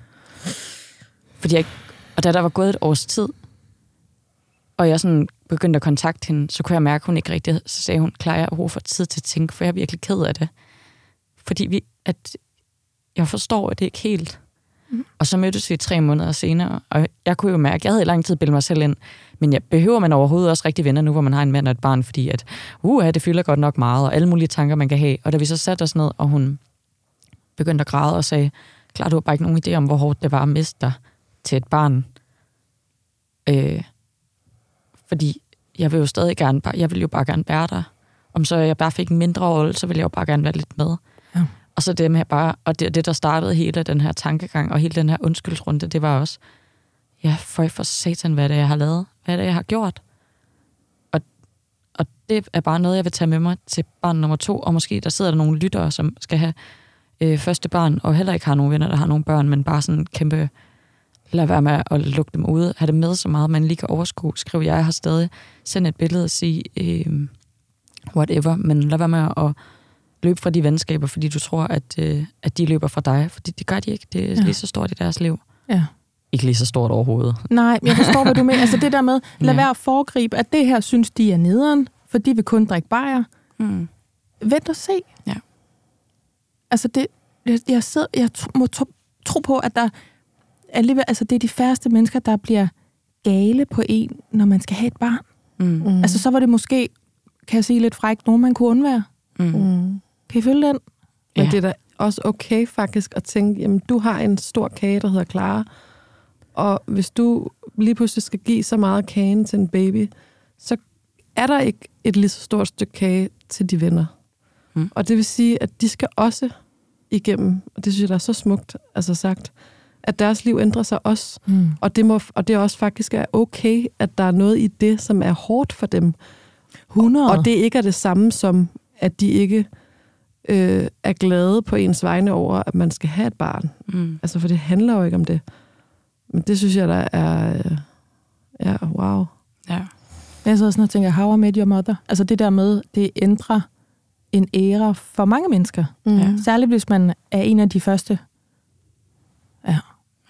Og da der var gået et års tid, og jeg sådan begyndte at kontakte hende, så kunne jeg mærke, at hun ikke rigtig, så sagde hun, Clara, jeg har brug for tid til at tænke, for jeg er virkelig ked af det. Fordi jeg forstår, at det ikke helt. Og så mødtes vi 3 måneder senere, og jeg kunne jo mærke, at jeg havde i lang tid bildet mig selv ind, men behøver man overhovedet også rigtig venner nu, hvor man har en mand og et barn, fordi at, det fylder godt nok meget, og alle mulige tanker, man kan have. Og da vi så satte os ned, og hun begyndte at græde og sagde, Klar, du har bare ikke nogen idé om, hvor hårdt det var at miste dig til et barn. Fordi jeg vil jo stadig gerne, jeg vil jo bare gerne være der. Om så jeg bare fik en mindre rolle, så vil jeg jo bare gerne være lidt med. Ja. Og så det med bare, og det der startede hele den her tankegang, og hele den her undskyldsrunde, det var også, for satan, hvad er det, jeg har lavet? Hvad er det, jeg har gjort? Og det er bare noget, jeg vil tage med mig til barn nummer 2, og måske der sidder der nogle lyttere, som skal have første barn, og heller ikke har nogen venner, der har nogle børn, men bare sådan kæmpe, lad være med at lukke dem ude, have det med så meget, man lige kan overskue. Skriv, jeg har stadig sendt et billede og sige, whatever, men lad være med at løbe fra de venskaber, fordi du tror, at de løber fra dig, fordi det gør de ikke. Det er lige så stort i deres liv. Ja. Ikke lige så stort overhovedet. Nej, jeg forstår, hvad du mener. Altså det der med, lad være at foregribe, at det her synes de er nederen, for de vil kun drikke bajer. Vent og se. Ja. Altså jeg må tro på, at der alligevel, altså det er de færreste mennesker, der bliver gale på en, når man skal have et barn. Altså så var det måske, kan jeg sige lidt frækt, nogen man kunne undvære. Kan I følge den? Men det er da også okay faktisk at tænke, jamen du har en stor kage, der hedder Clara, og hvis du lige pludselig skal give så meget kagen til en baby, så er der ikke et lige så stort stykke kage til de venner. Og det vil sige, at de skal også igennem, og det synes jeg, der er så smukt, altså sagt, at deres liv ændrer sig også. Og det er også faktisk er okay, at der er noget i det, som er hårdt for dem. 100. Og det ikke er det samme som, at de ikke er glade på ens vegne over, at man skal have et barn. Altså, for det handler jo ikke om det. Men det synes jeg, der er wow. Ja. Jeg sidder sådan og tænker, how I met your mother? Altså det der med, det ændrer en æra for mange mennesker. Ja. Særligt hvis man er en af de første. Ja.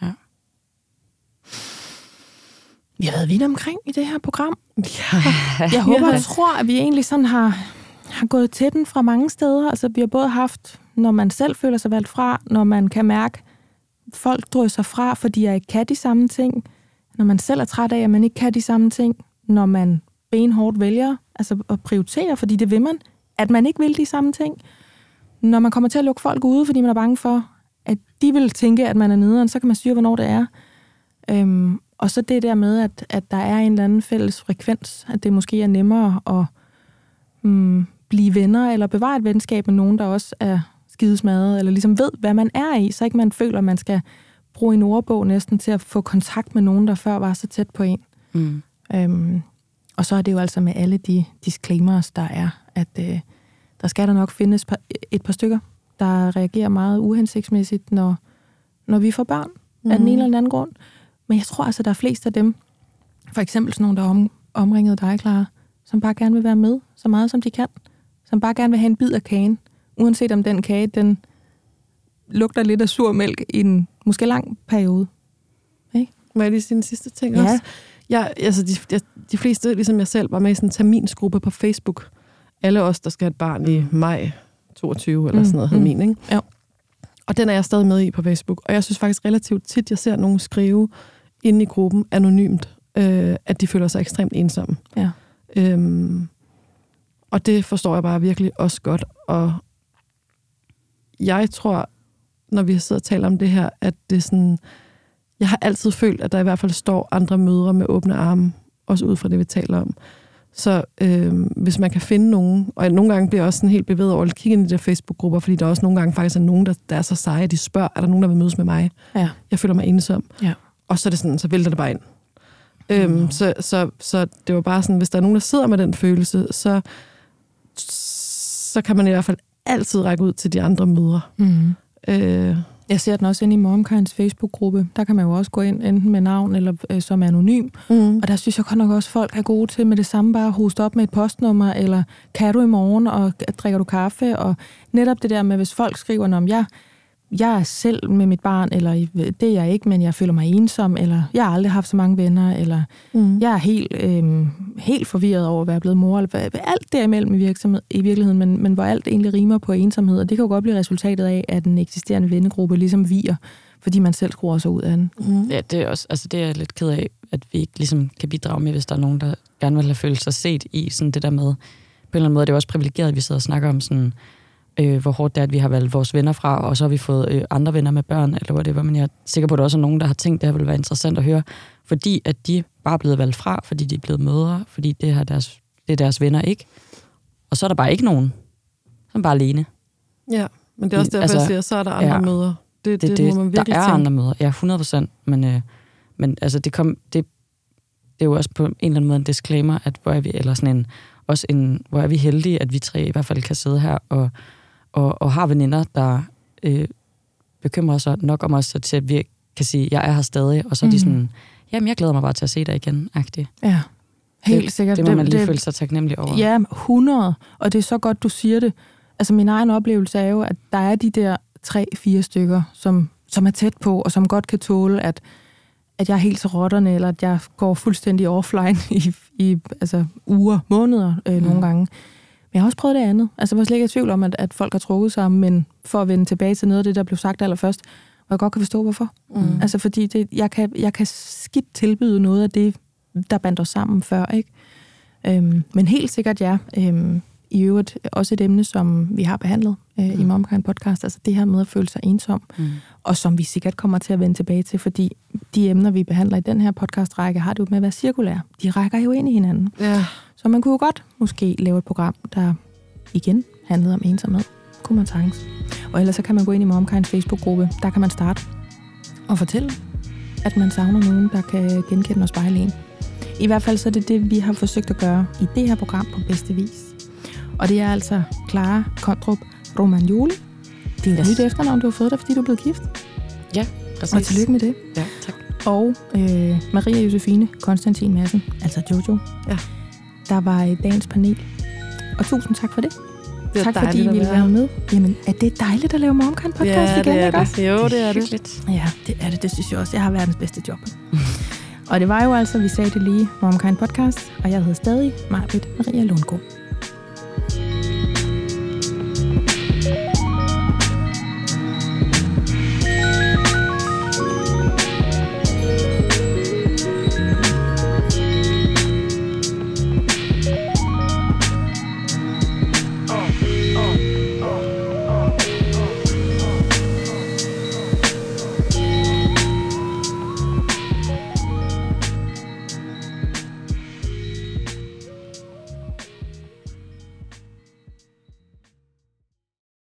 Vi har været vidt omkring i det her program. Ja. Jeg håber og tror, at vi egentlig sådan har gået til den fra mange steder. Altså vi har både haft, når man selv føler sig valgt fra, når man kan mærke, folk drøser fra, fordi jeg ikke kan de samme ting. Når man selv er træt af, at man ikke kan de samme ting. Når man benhårdt vælger altså at prioritere, fordi det vil man, at man ikke vil de samme ting. Når man kommer til at lukke folk ude, fordi man er bange for, at de vil tænke, at man er nederen, så kan man styre, hvornår det er. Og så det der med, at der er en eller anden fælles frekvens, at det måske er nemmere at blive venner, eller bevare et venskab med nogen, der også er skidesmadret, eller ligesom ved, hvad man er i, så ikke man føler, at man skal bruge en ordbog næsten til at få kontakt med nogen, der før var så tæt på en. Og så er det jo altså med alle de disclaimers, der er, at der skal der nok findes et par stykker, der reagerer meget uhensigtsmæssigt, når vi får børn af den ene eller den anden grund. Men jeg tror altså, der er flest af dem, for eksempel sådan nogle, der omringet dig, Clara, som bare gerne vil være med, så meget som de kan. Som bare gerne vil have en bid af kagen, uanset om den kage, den lugter lidt af sur mælk i en måske lang periode. Ikke? Må jeg lige sige den sidste ting også? De fleste, ligesom jeg selv, var med i sådan en terminsgruppe på Facebook. Alle os, der skal have et barn i maj 22 eller sådan noget, hed min, ikke? Ja. Og den er jeg stadig med i på Facebook. Og jeg synes faktisk relativt tit, jeg ser nogen skrive inde i gruppen anonymt, at de føler sig ekstremt ensomme. Ja. Og det forstår jeg bare virkelig også godt. Og jeg tror, når vi sidder og taler om det her, at det er sådan... Jeg har altid følt, at der i hvert fald står andre mødre med åbne arme, også ud fra det, vi taler om. Så hvis man kan finde nogen, og nogle gange bliver jeg også sådan helt bevæget over at kigge ind i de der Facebook-grupper, fordi der også nogle gange faktisk er nogen, der er så seje, de spørger, er der nogen, der vil mødes med mig? Ja. Jeg føler mig ensom. Ja. Og så er det sådan, så vælter det bare ind. Så det var bare sådan, hvis der er nogen, der sidder med den følelse, så kan man i hvert fald altid række ud til de andre mødre. Jeg ser den også inde i MomKinds Facebook-gruppe. Der kan man jo også gå ind, enten med navn eller som anonym. Og der synes jeg godt nok også, folk er gode til med det samme, bare hoste op med et postnummer, eller kan du i morgen, og drikker du kaffe? Og netop det der med, hvis folk skriver, om jeg er selv med mit barn, eller det er jeg ikke, men jeg føler mig ensom, eller jeg har aldrig haft så mange venner, eller jeg er helt forvirret over at være blevet mor, eller alt derimellem i virkeligheden, men hvor alt egentlig rimer på ensomhed, og det kan jo godt blive resultatet af, at den eksisterende vennegruppe ligesom viger, fordi man selv skruer sig ud af den. Ja, det er også, altså det er jeg lidt ked af, at vi ikke ligesom kan bidrage med, hvis der er nogen, der gerne vil have følt sig set i sådan det der med. På en eller anden måde er det også privilegeret, at vi sidder og snakker om sådan, hvor hårdt det er, at vi har valgt vores venner fra, og så har vi fået andre venner med børn, eller whatever, men jeg er sikker på, at der også er nogen, der har tænkt, at det her ville være interessant at høre, fordi at de bare er blevet valgt fra, fordi de er blevet mødre, fordi det er deres venner ikke. Og så er der bare ikke nogen, som bare alene. Ja, men det er også derfor, jeg siger, så er der andre mødre. Det må man virkelig der er tænke. andre mødre, ja, 100%, men altså det er jo også på en eller anden måde en disclaimer, at hvor er vi, eller sådan hvor er vi heldige, at vi tre i hvert fald kan sidde her og har veninder, der bekymrer sig nok om os, til at vi kan sige, jeg er her stadig, og så er de sådan, jamen jeg glæder mig bare til at se dig igen, agtigt. Ja, helt sikkert. Det må man lige føle sig taknemmelig over. Ja, 100, og det er så godt, du siger det. Altså min egen oplevelse er jo, at der er de der 3-4 stykker, som er tæt på, og som godt kan tåle, at jeg er helt til rotterne, eller at jeg går fuldstændig offline i altså uger, måneder nogle gange. Men jeg har også prøvet det andet. Altså, jeg var slet ikke i tvivl om, at folk har trukket sig, men for at vende tilbage til noget af det, der blev sagt allerførst, hvor jeg godt kan forstå, hvorfor. Altså, fordi jeg kan skidt tilbyde noget af det, der bandt os sammen før, ikke? Men helt sikkert, ja. I øvrigt også et emne, som vi har behandlet i MomKind podcast, altså det her med at føle sig ensom, og som vi sikkert kommer til at vende tilbage til, fordi de emner, vi behandler i den her podcastrække, har det jo med at være cirkulære. De rækker jo ind i hinanden. Ja. Så man kunne jo godt måske lave et program, der igen handlede om ensomhed. Kunne man sagtens. Og ellers så kan man gå ind i MomKinds Facebook-gruppe. Der kan man starte og fortælle, at man savner nogen, der kan genkende og spejle en. I hvert fald så er det, vi har forsøgt at gøre i det her program på bedste vis. Og det er altså Clara Kondrup Romagnoli. Det er jo et nyt efternavn, du har fået dig, fordi du er blevet gift. Ja, præcis. Og tillykke med det. Ja, tak. Og Maria Josefine Konstantin Madsen, altså Jojo. Ja. Der var dagens panel. Og tusind tak for det. Det tak fordi I ville være med. Jamen, er det dejligt at lave MomKind podcast igen, ikke også? Jo, det er det. Ja, det er det. Det synes jeg også. Jeg har verdens bedste job. Og det var jo altså, vi sagde det lige, MomKind podcast, og jeg hedder stadig Maj-Britt Maria Lundgaard.